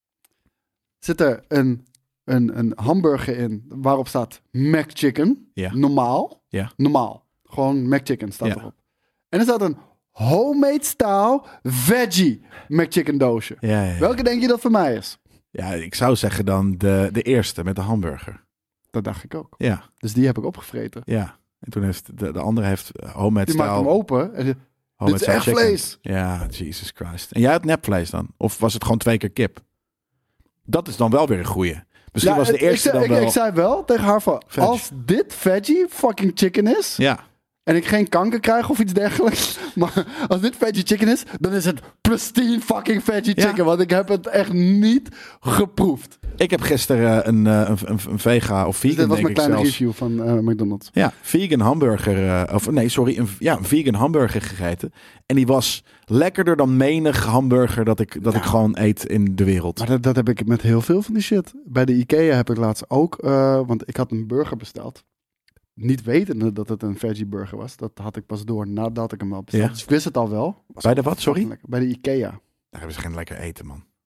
zit er een hamburger in waarop staat McChicken. Ja. Normaal. Ja. Normaal. Gewoon McChicken staat Ja. erop. En er staat een homemade style veggie McChicken doosje. Ja. Welke denk je dat voor mij is? Ja, ik zou zeggen dan de eerste met de hamburger. Dat dacht ik ook. Ja, Dus die heb ik opgevreten. ja. En toen heeft de andere heeft homemade Die style. maakt hem open. En dit homemade is echt style chicken. vlees. Ja, Jesus Christ. En jij had nepvlees dan? Of was het gewoon 2 keer kip? Dat is dan wel weer een goeie. Misschien was de eerste dan wel... Ik zei wel tegen haar van, Veg. als dit veggie fucking chicken is... Ja, en ik geen kanker krijg of iets dergelijks. Maar als dit veggie chicken is, dan is het pristine fucking veggie Ja. chicken. Want ik heb het echt niet geproefd. ik heb gisteren een vega of Dus vegan, dit was denk mijn ik kleine zelfs. review van McDonald's. Ja, vegan hamburger. Een vegan hamburger gegeten. En die was lekkerder dan menig hamburger dat ik gewoon eet in de wereld. Maar dat heb ik met heel veel van die shit. Bij de Ikea heb ik laatst ook... want ik had een burger besteld. Niet wetende dat het een veggie burger was. Dat had ik pas door nadat ik hem al besteld. Ja. Dus ik wist het al wel. Was Bij de wat, sorry? lekker. Bij de Ikea. Daar hebben ze geen lekker eten, man.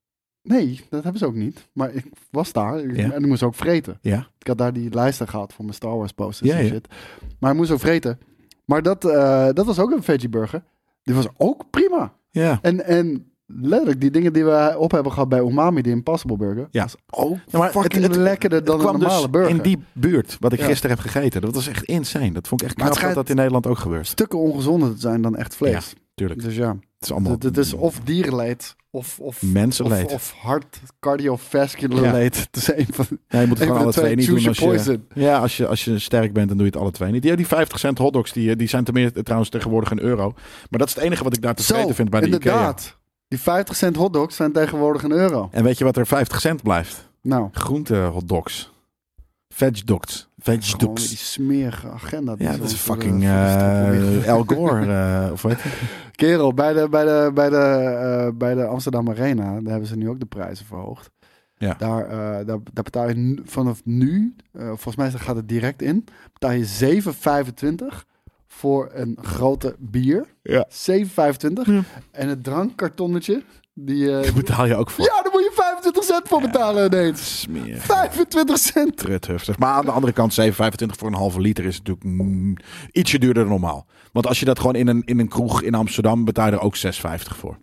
Nee, dat hebben ze ook niet. Maar ik was daar Ja. en ik moest ook vreten. Ja. Ik had daar die lijsten gehad voor mijn Star Wars posters Ja, en ja. shit. Maar ik moest ook vreten. Maar dat was ook een veggie burger. Die was ook prima. Ja. En letterlijk, die dingen die we op hebben gehad bij Umami, die Impossible Burger, Ja. was ook Ja, maar fucking lekkerder dan Het kwam een normale dus burger. in die buurt, wat ik Ja. gisteren heb gegeten. Dat was echt insane. Dat vond ik echt Maar het knap dat schijnt- dat in Nederland ook gebeurt. Stukken ongezonder te zijn dan echt vlees. Tuurlijk. Dus ja, Het is allemaal het is of dierenleed of mensenleed. Of hart cardiovascular Ja. leed. Het is een van Ja, je moet het een gewoon van alle de twee niet doen. choose Als your je, poison. ja, als je sterk bent, dan doe je het alle twee niet. Die 50 cent hotdogs, die zijn trouwens tegenwoordig €1. Maar dat is het enige wat ik daar te vreten vind bij de Ikea. inderdaad. Die 50 cent hotdogs zijn tegenwoordig €1. En weet je wat er 50 cent blijft? Nou, Groente hotdogs. Vegdogs. gewoon weer die Vegdogs. smerige agenda. die Ja, ze dat is ons, fucking proberen. Al Gore. Of wat? Kerel, bij de Amsterdam Arena, daar hebben ze nu ook de prijzen verhoogd. Ja. Daar betaal je vanaf nu, volgens mij gaat het direct in, betaal je €7,25 voor een grote bier. Ja. €7,25. Ja. En het drankkartonnetje, Daar betaal je ook voor. ja, daar moet je 25 cent voor betalen ineens. Smerig. 25 cent. Truthuftig. Maar aan de andere kant, 7,25 voor een halve liter is natuurlijk ietsje duurder dan normaal. Want als je dat gewoon in een kroeg in Amsterdam betaal je er ook 6,50 voor.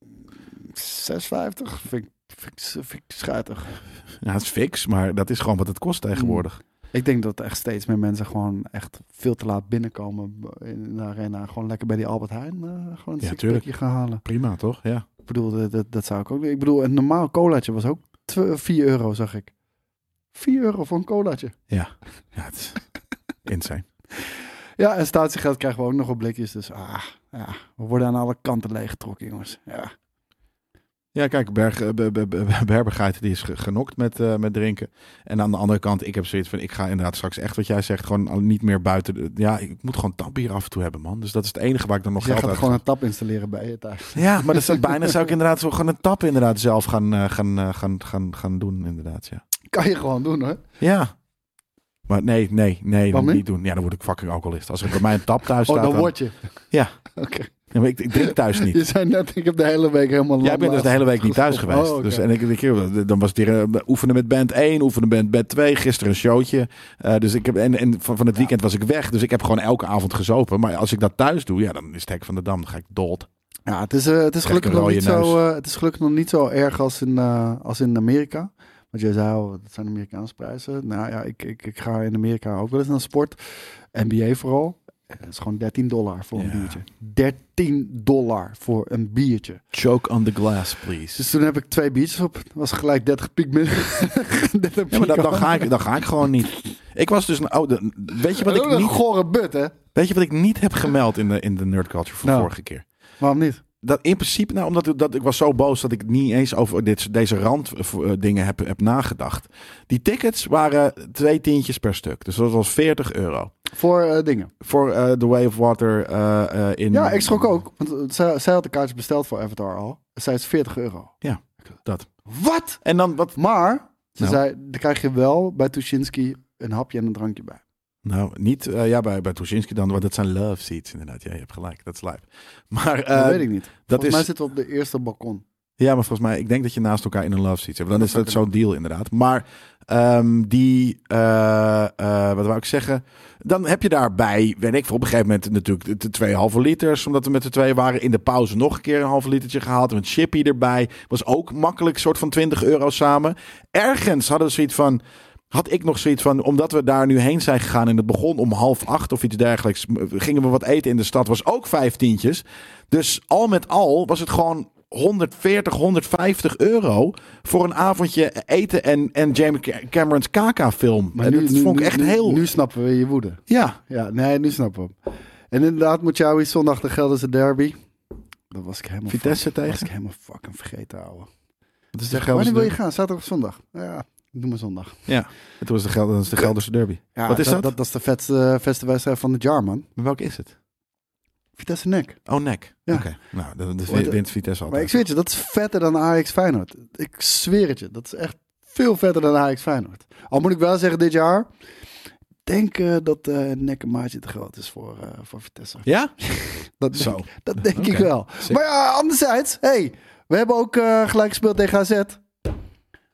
6,50 vind ik schuitig. Ja, dat is fix, maar dat is gewoon wat het kost tegenwoordig. Ik denk dat echt steeds meer mensen gewoon echt veel te laat binnenkomen in de arena. Gewoon lekker bij die Albert Heijn gewoon een Ja, sixpackje gaan halen. Prima, toch? Ja. Ik bedoel, dat zou ik ook doen. Ik bedoel, een normaal colaatje was ook €4, zag ik. €4 voor een colaatje. Ja, het is insane. Ja, en statiegeld krijgen we ook nog op blikjes. Dus we worden aan alle kanten leeggetrokken, jongens. Ja. Ja, kijk, Berbergeit die is genokt met drinken. En aan de andere kant, ik heb zoiets van, ik ga inderdaad straks echt wat jij zegt, gewoon al niet meer buiten. Ja, ik moet gewoon tapbier af en toe hebben, man. Dus dat is het enige waar ik dan nog Dus jij geld gaat uit gewoon een tap installeren bij je thuis. Ja, maar dat is bijna zou ik inderdaad zo gewoon een tap inderdaad zelf gaan doen, inderdaad, ja. Kan je gewoon doen, hoor. Ja. Maar nee, Waarom niet niet? doen. Ja, dan word ik fucking alcoholist. Als er bij mij een tap thuis staat, Oh, dan word je. Ja. Oké. Ja, maar ik drink thuis niet. Je zei net, ik heb de hele week helemaal Jij bent dus de hele week niet thuis gestopt. geweest. Oh, oké. Dus, en dan was het weer oefenen met band 1, oefenen met band 2. Gisteren een showtje. Dus ik heb, en van het weekend was ik weg. Dus ik heb gewoon elke avond gezopen. Maar als ik dat thuis doe, ja, dan is het hek van de dam. Dan ga ik dood. Ja, het is gelukkig nog rode niet neus. zo. Het is gelukkig nog niet zo erg als in Amerika. Want jij zei al, dat zijn Amerikaanse prijzen. Nou ja, ik ga in Amerika ook wel eens naar sport. NBA vooral. Dat is gewoon $13 voor een Ja. biertje. $13 voor een biertje. Choke on the glass, please. Dus toen heb ik 2 biertjes op. Dat was gelijk 30 piek minder. Ja, maar dan ga ik gewoon niet. Ik was dus weet je wat ik een niet, gore but, hè? weet je wat ik niet heb gemeld in de nerd culture van Nou. vorige keer? Waarom niet? Dat in principe, omdat ik was zo boos dat ik niet eens over deze randdingen heb nagedacht. Die tickets waren 2 tientjes per stuk. Dus dat was €40. Voor dingen. Voor The Way of Water in... Ja, ik schrok ook. Want zij had de kaartjes besteld voor Avatar al. Zij is €40. Ja, dat. Wat? En dan wat... Maar, ze Nou. zei, dan krijg je wel bij Tuschinski een hapje en een drankje bij. Nou, niet bij Tuschinski dan, want dat zijn love seats inderdaad. Ja, je hebt gelijk, dat is lijp. Maar Dat weet ik niet. Volgens mij is... zitten we op de eerste balkon. Ja, maar volgens mij, ik denk dat je naast elkaar in een love seat zit. Dan is dat zo'n deal inderdaad. Maar wat wou ik zeggen? Dan heb je daarbij, weet ik veel, op een gegeven moment natuurlijk de 2,5 liters. Omdat we met de 2 waren. In de pauze nog een keer een halve litertje gehaald. Met chippy erbij. Was ook makkelijk, soort van €20 samen. Ergens hadden we zoiets van... Had ik nog zoiets van, omdat we daar nu heen zijn gegaan en het begon om 7:30 of iets dergelijks, gingen we wat eten in de stad, was ook 5 tientjes. Dus al met al was het gewoon €140, €150 voor een avondje eten en James Cameron's Kaka-film. En dat vond ik echt heel... Nu snappen we je woede. Ja, Ja, nee, nu snappen we hem. En inderdaad, Mochawi, zondag de Gelderse derby. Dat was ik helemaal Vitesse tegen? was ik helemaal fucking vergeten, ouwe. wat is de Wanneer Gelderse wil je derby? gaan? Zaterdag of zondag? Ja, doe maar zondag. Ja, het was dat is de Gelderse derby. Ja, Wat is dat? Dat is de vetste wedstrijd van het jaar, man. Maar welke is het? Vitesse nek. Oh, nek. Ja. Oké, nou, dan Wat- wint Vitesse altijd. Maar ik zweer het je, dat is vetter dan Ajax Feyenoord. Ik zweer het je, dat is echt veel vetter dan Ajax Feyenoord. Al moet ik wel zeggen, dit jaar... denk dat nek een maatje te groot is voor Vitesse. Ja? Dat Zo. Dat denk ik Oké. wel. Sick. Maar ja, anderzijds, hey, we hebben ook gelijk gespeeld tegen AZ.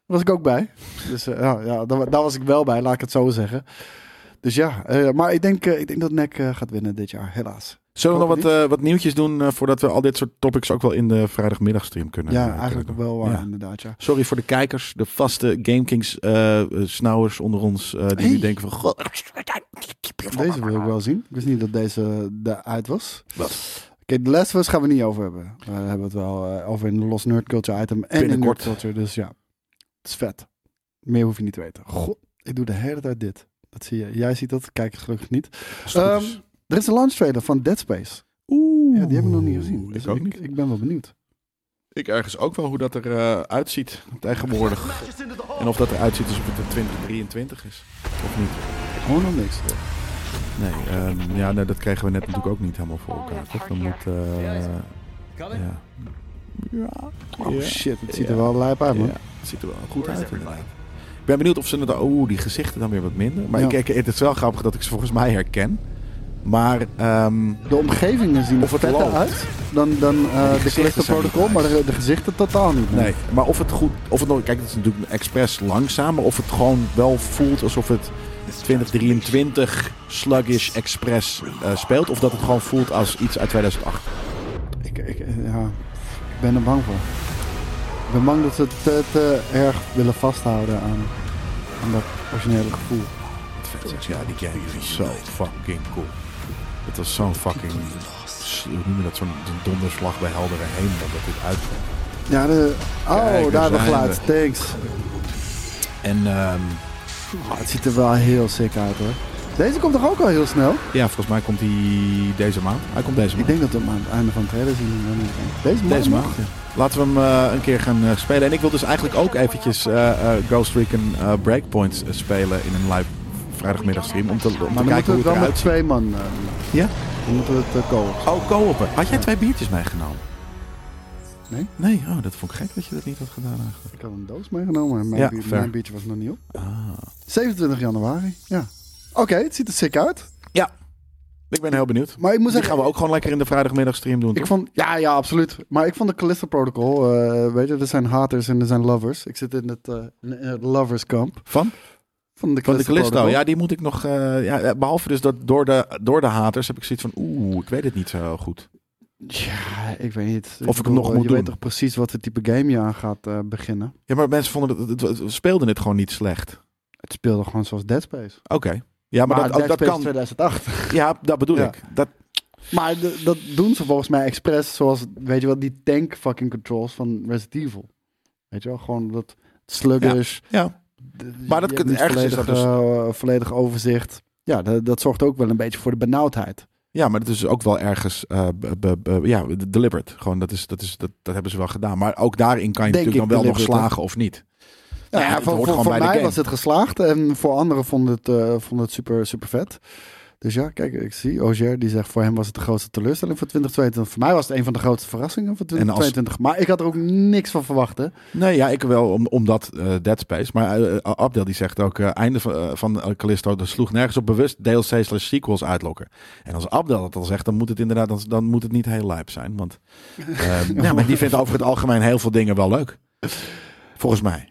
was ik ook bij. Dus daar was ik wel bij, laat ik het zo zeggen. Dus ja, maar ik denk dat NEC gaat winnen dit jaar, helaas. Zullen we nog wat nieuwtjes doen voordat we al dit soort topics ook wel in de vrijdagmiddagstream kunnen? Ja, eigenlijk wel waar, inderdaad. Ja. Sorry voor de kijkers, de vaste GameKings snauwers onder ons die nu denken van... God. Deze wil ik wel zien. Ik wist niet dat deze eruit was. Wat? Oké, de Last of Us gaan we niet over hebben. We hebben het wel over in de Lost Nerd Culture item en in Nerd Culture. Dus ja, het is vet. Meer hoef je niet te weten. God, ik doe de hele tijd dit. Dat zie je. Jij ziet dat, kijkers gelukkig niet. Er is een launch trailer van Dead Space. Oeh. Ja, die heb ik nog niet gezien. Dus ik ook niet. Ik ben wel benieuwd. Ik ergens ook wel hoe dat er uitziet tegenwoordig. En of dat eruit ziet alsof het in 2023 is. Of niet. Gewoon nog niks. Nee, dat kregen we net natuurlijk ook niet helemaal voor elkaar. Toch? Dan moet... Oh shit, het ziet er wel lijp uit, man. Ja, het ziet er wel goed uit inderdaad. Ik ben benieuwd of ze het... die gezichten dan weer wat minder. Maar het is wel grappig dat ik ze volgens mij herken. Maar... de omgevingen zien er vetter uit dan de Callisto Protocol, maar de gezichten totaal niet. Nee, maar of het goed... Kijk, het is natuurlijk expres langzaam, maar of het gewoon wel voelt alsof het 2023 sluggish express speelt. Of dat het gewoon voelt als iets uit 2008. Ik ben er bang voor. Ik ben bang dat ze te erg willen vasthouden aan dat originele gevoel. Ja, die game is zo fucking cool. Het was zo'n fucking... Hoe noem je dat? Zo'n donderslag bij heldere hemel dat dit uitkomt. Ja, daar hebben we geluid. Thanks. En... het ziet er wel heel sick uit, hoor. Deze komt toch ook al heel snel? Ja, volgens mij komt hij deze maand. Hij komt deze maand. Ik denk dat we hem aan het einde van het trailer zien. Deze maand? Ja. Laten we hem een keer gaan spelen. En ik wil dus eigenlijk ook eventjes Ghost Recon Breakpoint spelen in een live vrijdagmiddagstream. Om te kijken hoe het eruit ziet. 2 man. Ja? Dan moeten we het co-op. Oh, co-open. Had jij 2 biertjes meegenomen? Nee? Nee, dat vond ik gek dat je dat niet had gedaan eigenlijk. Ik had een doos meegenomen en mijn biertje was nog niet op. 27 januari, ja. Oké, het ziet er sick uit. Ja, ik ben heel benieuwd. Maar ik moet zeggen, gaan we ook gewoon lekker in de vrijdagmiddagstream doen. Ja, absoluut. Maar ik vond de Callisto Protocol, weet je, er zijn haters en er zijn lovers. Ik zit in het lovers kamp. Van de Callisto. Ja, die moet ik nog... behalve dus dat door de haters heb ik zoiets van... ik weet het niet zo goed. Ja, ik weet niet. Of ik het nog moet doen. Je weet toch precies wat voor type game je aan gaat beginnen? Ja, maar mensen vonden het speelden het gewoon niet slecht. Het speelde gewoon zoals Dead Space. Oké. Ja, maar dat kan... 2008. Ja, dat bedoel ik. Maar dat doen ze volgens mij expres, zoals, weet je wel, die tank fucking controls van Resident Evil. Weet je wel, gewoon dat sluggish. Ja. Maar dat kan ergens volledig overzicht. Ja, dat zorgt ook wel een beetje voor de benauwdheid. Ja, maar dat is ook wel ergens deliberate. Gewoon, dat hebben ze wel gedaan. Maar ook daarin kan je natuurlijk dan wel nog slagen of niet. Ja, voor mij was het geslaagd en voor anderen vond het super, super vet. Dus ja, kijk, ik zie Auger die zegt voor hem was het de grootste teleurstelling voor 2022. Voor mij was het een van de grootste verrassingen voor 2022. Maar ik had er ook niks van verwacht. Hè? Nee, ja, ik wel omdat Dead Space. Maar Abdel die zegt ook einde van Callisto, dat sloeg nergens op bewust DLC/sequels uitlokken. En als Abdel dat al zegt, dan moet het inderdaad dan moet het niet heel lijp zijn. Want maar die vindt over het algemeen heel veel dingen wel leuk. Volgens mij.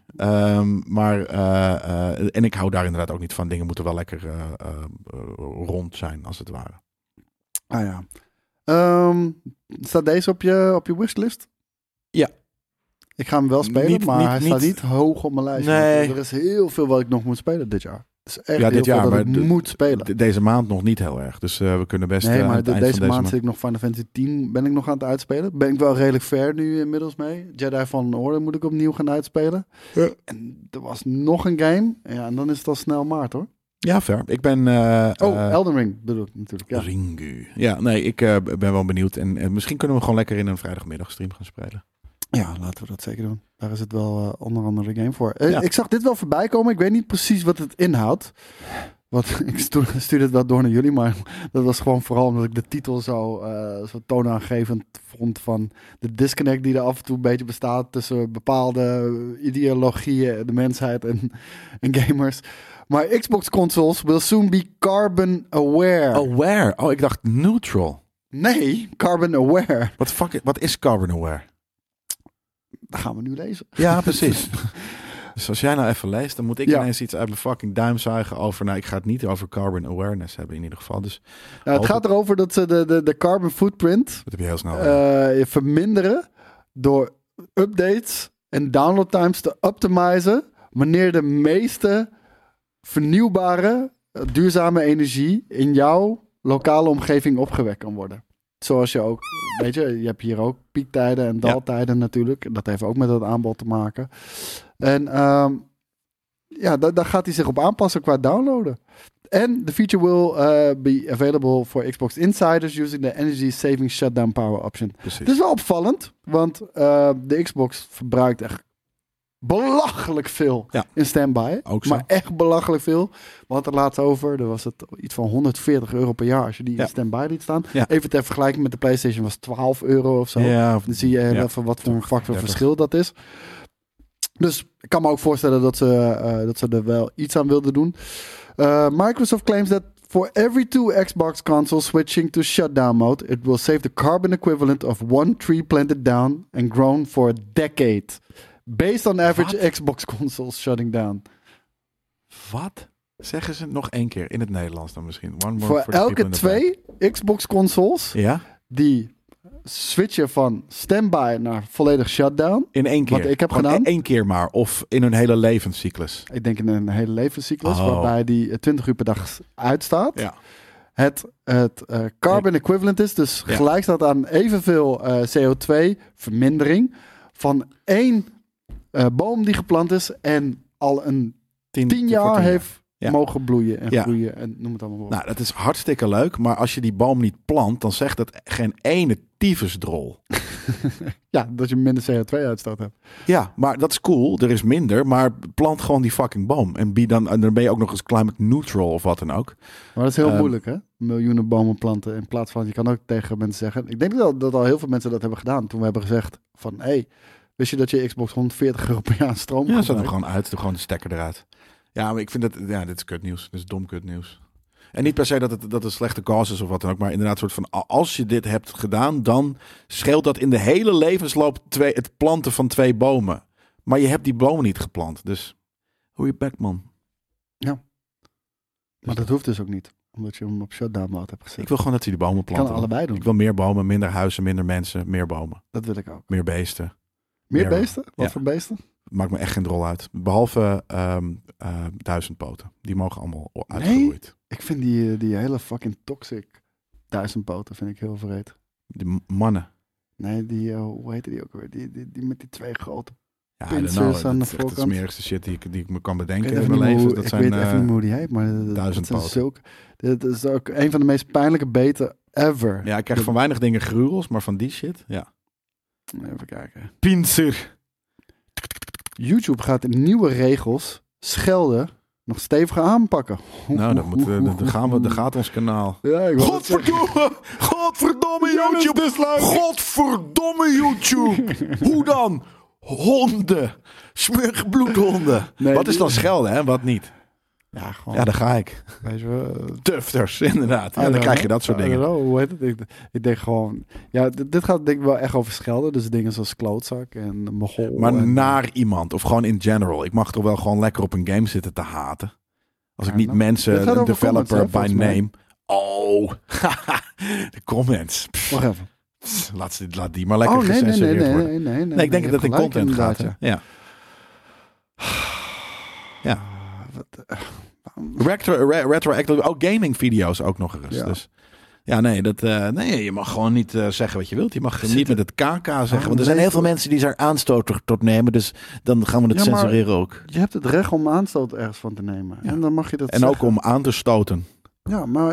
En ik hou daar inderdaad ook niet van. Dingen moeten wel lekker rond zijn, als het ware. Ah ja. Staat deze op je wishlist? Ja. Ik ga hem wel spelen, maar hij staat niet hoog op mijn lijstje. Nee. Er is heel veel wat ik nog moet spelen dit jaar. Het is echt dit heel jaar, veel dat ik moet spelen. Deze maand nog niet heel erg. Dus we kunnen best... Nee, maar deze maand zit ik nog Final Fantasy 10 ben ik nog aan het uitspelen. Ben ik wel redelijk ver nu inmiddels mee. Jedi Fallen Order moet ik opnieuw gaan uitspelen. Ja. En er was nog een game. Ja, en dan is het al snel maart, hoor. Ja, fair. Ik ben... Elden Ring bedoel ik natuurlijk. Ja. Ringu. Ja, nee, ik ben wel benieuwd. En misschien kunnen we gewoon lekker in een vrijdagmiddagstream gaan spelen. Ja, laten we dat zeker doen. Daar is het wel onder andere game voor. Ik zag dit wel voorbij komen. Ik weet niet precies wat het inhoudt. Ik stuurde het wel door naar jullie, maar dat was gewoon vooral omdat ik de titel zo toonaangevend vond van de disconnect die er af en toe een beetje bestaat tussen bepaalde ideologieën, de mensheid en gamers. Maar Xbox consoles will soon be carbon aware. Aware? Oh, ik dacht neutral. Nee, carbon aware. Wat is carbon aware? Dat gaan we nu lezen. Ja, precies. Dus als jij nou even leest, dan moet ik ineens iets uit mijn fucking duim zuigen over... Nou, ik ga het niet over carbon awareness hebben in ieder geval. Dus Het gaat erover dat ze de carbon footprint dat heb je heel snel. verminderen door updates en download times te optimizen wanneer de meeste vernieuwbare, duurzame energie in jouw lokale omgeving opgewekt kan worden. Zoals je ook, weet je hebt hier ook piektijden en daltijden natuurlijk. Dat heeft ook met het aanbod te maken. En daar gaat hij zich op aanpassen qua downloaden. En the feature will be available for Xbox insiders using the energy saving shutdown power option. Precies. Het is wel opvallend, want de Xbox verbruikt echt belachelijk veel in standby. Ook zo. Maar echt belachelijk veel. We hadden het laatst over, er was het iets van €140 per jaar als je die in standby liet staan. Ja. Even ter vergelijking met de PlayStation was €12 of zo. Ja, Dan zie je even wat voor een factor verschil dat is. Dus ik kan me ook voorstellen dat ze er wel iets aan wilden doen. Microsoft claims that for every 2 Xbox consoles switching to shutdown mode, it will save the carbon equivalent of 1 tree planted down and grown for a decade. Based on average Xbox consoles shutting down. Wat? Zeggen ze nog 1 keer in het Nederlands dan misschien? Voor elke 2 Xbox consoles die switchen van standby naar volledig shutdown. In 1 keer? Wat ik heb gewoon gedaan. 1 keer maar? Of in hun hele levenscyclus? Ik denk in een hele levenscyclus waarbij die 20 uur per dag uitstaat. Ja. Het carbon equivalent is dus gelijk staat aan evenveel CO2 vermindering van 1 boom die geplant is en al een 10 jaar heeft mogen bloeien en groeien en noem het allemaal op. Nou, dat is hartstikke leuk, maar als je die boom niet plant, dan zegt het geen ene tyfusdrol. Ja, dat je minder CO2-uitstoot hebt. Ja, maar dat is cool. Er is minder, maar plant gewoon die fucking boom. En dan ben je ook nog eens climate neutral of wat dan ook. Maar dat is heel moeilijk, hè? Miljoenen bomen planten in plaats van... Je kan ook tegen mensen zeggen... Ik denk dat al heel veel mensen dat hebben gedaan toen we hebben gezegd van... Hey, wist je dat je Xbox €140 per jaar stroom Ja, zet hem gewoon uit. Doe gewoon de stekker eruit. Ja, maar ik vind dat... Ja, dit is kutnieuws. Dit is dom kutnieuws. En niet per se dat het slechte cause is of wat dan ook. Maar inderdaad soort van... Als je dit hebt gedaan, dan scheelt dat in de hele levensloop het planten van 2 bomen. Maar je hebt die bomen niet geplant. Dus hoe je back, man. Ja. Maar dat hoeft dus ook niet. Omdat je hem op shutdown mode hebt gezet. Ik wil gewoon dat hij die bomen planten. Kan allebei doen. Ik wil meer bomen, minder huizen, minder mensen, meer bomen. Dat wil ik ook. Meer beesten. Meer beesten? Wat voor beesten? Maakt me echt geen drol uit. Behalve 1000-poten. Die mogen allemaal uitgeroeid. Nee, ik vind die hele fucking toxic 1000-poten vind ik heel vreed. Die mannen. Nee, die, hoe heette die ook weer? Die met die 2 grote pincers aan de voorkant. Dat is de smerigste shit die ik me kan bedenken in mijn leven. Dat ik weet even niet meer hoe die heet, maar 1000-poten. Dat is ook een van de meest pijnlijke beten ever. Ja, ik krijg van weinig dingen gruwels, maar van die shit, ja. Even kijken. Pincer. YouTube gaat in nieuwe regels schelden nog steviger aanpakken. Nou, dan gaat ons kanaal. Ja, Godverdomme YouTube. Godverdomme YouTube. Hoe dan? Honden. Smerige bloedhonden. Nee, wat is dan schelden, hè? Wat niet? Ja, gewoon. Ja, daar ga ik. Weet je wel. Tufters, inderdaad. Ja, dan krijg je dat soort dingen. Hoe heet het? Ik denk gewoon... Ja, dit gaat denk ik wel echt over schelden. Dus dingen zoals klootzak en mogol. Maar naar iemand. Of gewoon in general. Ik mag toch wel gewoon lekker op een game zitten te haten. Als ik niet mensen, een developer by name... Oh, de comments. Wacht even. Laat die maar lekker gecensureerd worden. Nee, ik denk dat het in content gaat. Ja. Ja. Retroactive, ook gaming video's ook nog eens. Ja. Dus ja, nee, je mag gewoon niet zeggen wat je wilt. Je mag niet met het KK zeggen. Want er zijn heel veel mensen die daar aanstoot tot nemen. Dus dan gaan we het censureren ook. Je hebt het recht om aanstoot ergens van te nemen. Ja. En dan mag je dat zeggen. Ook om aan te stoten. Ja, maar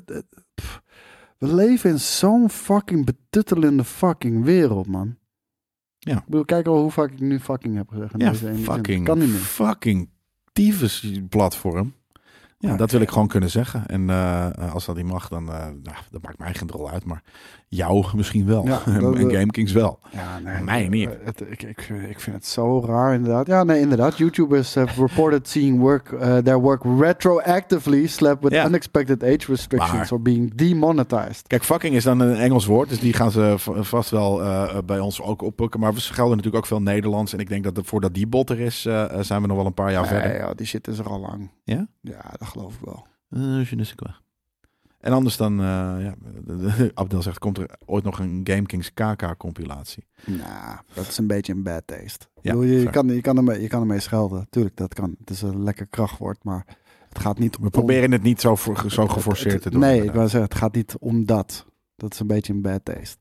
we leven in zo'n fucking betuttelende fucking wereld, man. Ja. Ik bedoel, kijk al hoe vaak ik nu fucking heb gezegd. Ja, fucking, kan niet meer. Fucking tyfus platform. Ja, dat wil ik gewoon kunnen zeggen. En als dat niet mag, dan dat maakt mij geen drol uit. Maar jou misschien wel. Ja, en GameKings wel. Ja, nee, mij niet. Ik vind het zo raar inderdaad. Ja, nee, inderdaad. YouTubers have reported seeing their work retroactively slapped with unexpected age restrictions or being demonetized. Kijk, fucking is dan een Engels woord, dus die gaan ze vast wel bij ons ook oppakken. Maar we schelden natuurlijk ook veel Nederlands. En ik denk dat voordat die bot er is, zijn we nog wel een paar jaar verder. Ja, die shit is er al lang. Ja? Ja, dat geloof ik wel. Je is qua. En anders dan, Abdel zegt, komt er ooit nog een GameKings KK-compilatie? Nou, dat is een beetje een bad taste. Ja, je kan ermee schelden. Tuurlijk, dat kan. Het is een lekker krachtwoord, maar het gaat niet om... We proberen het niet zo geforceerd te doen. Nee, ik wou zeggen, het gaat niet om dat. Dat is een beetje een bad taste.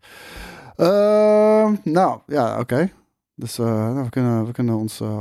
Nou, ja, oké. Dus we kunnen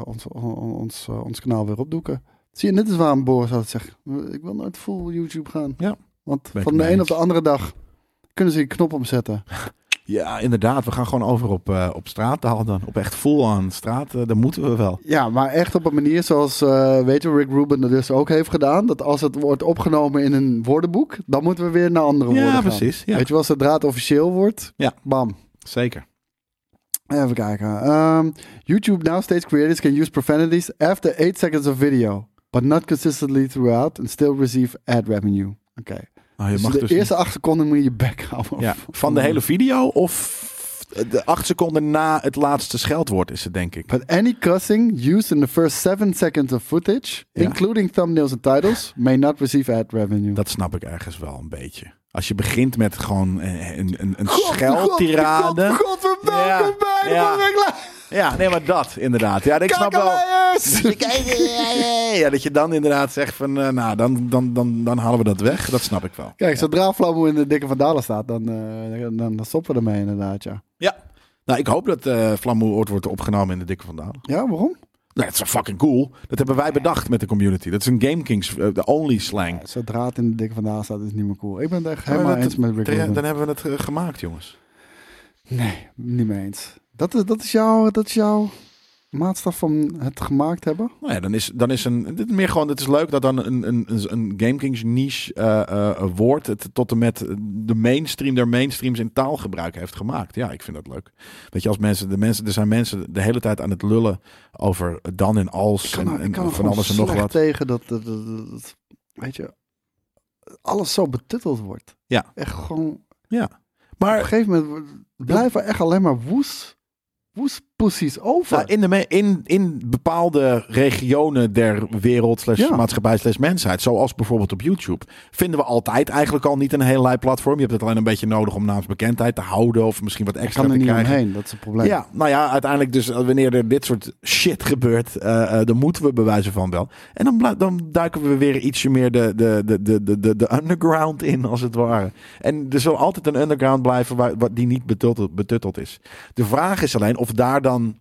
ons kanaal weer opdoeken. Zie je, dit is waarom Boris altijd zegt, ik wil nooit full YouTube gaan. Ja. Want van de een op de andere dag kunnen ze die knop omzetten. Ja, inderdaad. We gaan gewoon over op straattaal dan. Op echt full-on straat. Daar moeten we wel. Ja, maar echt op een manier zoals weet je, Rick Rubin dat dus ook heeft gedaan. Dat als het wordt opgenomen in een woordenboek, dan moeten we weer naar andere woorden gaan. Precies, ja. Weet je, als zodra het officieel wordt, bam. Zeker. Even kijken. YouTube now states creators can use profanities after 8 seconds of video. But not consistently throughout and still receive ad revenue. Oké. Oh, Dus de eerste 8 seconden moet je je bek houden. Ja, van de hele video of de 8 seconden na het laatste scheldwoord is het, denk ik. But any cussing used in the first 7 seconds of footage, including thumbnails and titles, may not receive ad revenue. Dat snap ik ergens wel een beetje. Als je begint met gewoon een scheldtirade. God, welkom bij de Ja, nee, maar dat inderdaad. Ja, ik snap wel. Ja, dat je dan inderdaad zegt van, nou, dan halen we dat weg. Dat snap ik wel. Kijk, zodra Flammo in de dikke van Dalen staat, dan stoppen we ermee inderdaad, ja. Ja, nou, ik hoop dat Flammo ooit wordt opgenomen in de dikke van Dalen. Ja, waarom? Nou, het is wel fucking cool. Dat hebben wij bedacht met de community. Dat is een GameKings, de only slang. Ja, zodra het in de dikke van Dalen staat, is het niet meer cool. Ik ben het echt helemaal eens met Rick Rubin. Dan hebben we het gemaakt, jongens. Nee, niet mee eens. Dat is jouw maatstaf van het gemaakt hebben? Nou ja, dan is dit meer gewoon, het is leuk dat dan een GameKings niche woord het tot en met de mainstream der mainstreams in taalgebruik heeft gemaakt. Ja, ik vind dat leuk. Weet je, er zijn mensen de hele tijd aan het lullen over dan en als en van alles en nog wat. Tegen dat, weet je, alles zo betutteld wordt. Ja. Echt gewoon. Ja. Maar op een gegeven moment blijven echt alleen maar woespoesies over. Nou, in bepaalde regionen der wereld maatschappij mensheid, zoals bijvoorbeeld op YouTube, vinden we altijd eigenlijk al niet een heel lui platform. Je hebt het alleen een beetje nodig om naamsbekendheid te houden of misschien wat extra te krijgen. Kan er niet omheen, dat is het probleem. Ja, nou ja, uiteindelijk dus wanneer er dit soort shit gebeurt, dan moeten we bewijzen van wel. En dan duiken we weer ietsje meer de underground in, als het ware. En er zal altijd een underground blijven die niet betutteld is. De vraag is alleen of daar dan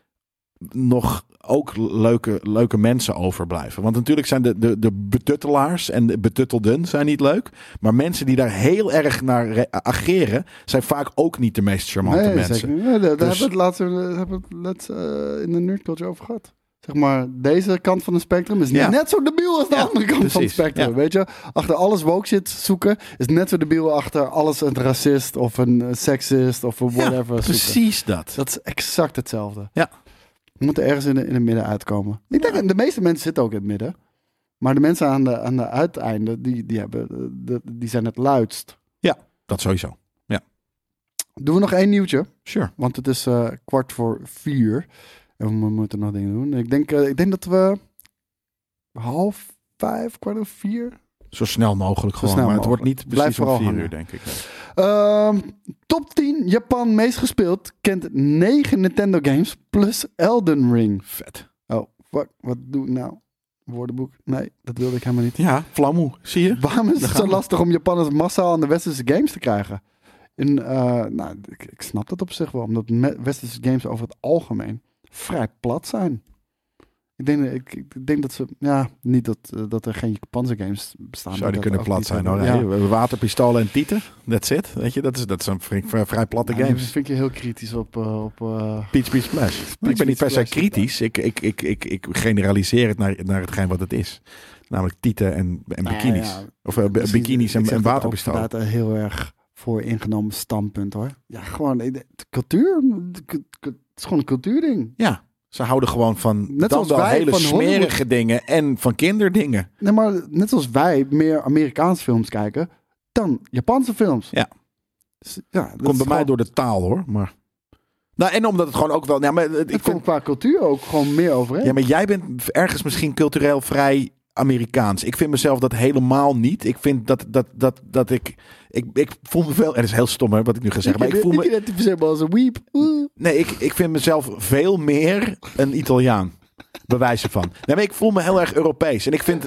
nog ook leuke mensen overblijven. Want natuurlijk zijn de betuttelaars en de betuttelden zijn niet leuk. Maar mensen die daar heel erg naar ageren, zijn vaak ook niet de meest charmante mensen. Zeker. Ja, daar hebben we het laatst in de Nerd Culture over gehad. Zeg maar, deze kant van het spectrum is net zo debiel als de andere kant van het spectrum. Ja. Weet je, achter alles woke shit zoeken is net zo debiel achter alles een racist of een seksist of een whatever zoeken. Precies dat. Dat is exact hetzelfde. Ja. We moeten ergens in het midden uitkomen. Ik denk, de meeste mensen zitten ook in het midden. Maar de mensen aan de uiteinden, die zijn het luidst. Ja, dat sowieso. Ja. Doen we nog 1 nieuwtje? Sure. Want het is 4:15. En we moeten nog dingen doen. Ik denk dat we 4:30, 4:15. Zo snel mogelijk gewoon. Maar het wordt niet precies om 4 uur, denk ik. Top 10 Japan meest gespeeld kent 9 Nintendo games plus Elden Ring. Vet. Oh, fuck. Wat doe ik nou? Woordenboek? Nee, dat wilde ik helemaal niet. Ja, Flammoe. Zie je? Waarom is het zo lastig om Japanners massaal aan de westerse games te krijgen? Ik snap dat op zich wel. Omdat westerse games over het algemeen vrij plat zijn. Ik denk dat ze... Ja, niet dat er geen Japanse games bestaan. Zou die kunnen plat zijn hoor. Ja. Waterpistolen en tieten. That's it. Weet je, dat is een vrij platte games. Dat vind je heel kritisch op Peach Splash. Ik ben niet per se kritisch. Ik generaliseer het naar hetgeen wat het is. Namelijk tieten en bikinis. Ja, Of bikinis en waterpistolen. Dat is heel erg voor ingenomen standpunt, hoor. Ja, gewoon de cultuur. Het is gewoon een cultuurding. Ja, ze houden gewoon van Net dan zoals wel wij hele van smerige Hollywood. dingen en van kinderdingen. Nee, maar net zoals wij meer Amerikaanse films kijken dan Japanse films. Ja. Dus, ja, dat Komt is bij mij gewoon- door de taal, hoor. Maar... Nou, en omdat het gewoon ook wel... Ja, maar, Ik vond qua cultuur ook gewoon meer overeen. ja, maar jij bent ergens misschien cultureel vrij Amerikaans. Ik vind mezelf dat helemaal niet. Ik vind dat ik voel me veel... En dat is heel stom, hè, wat ik nu ga zeggen. Maar ik voel me... identificeer me als een weep. Nee, ik vind mezelf veel meer een Italiaan. Bewijzen van. Nee, maar ik voel me heel erg Europees. En ik vind...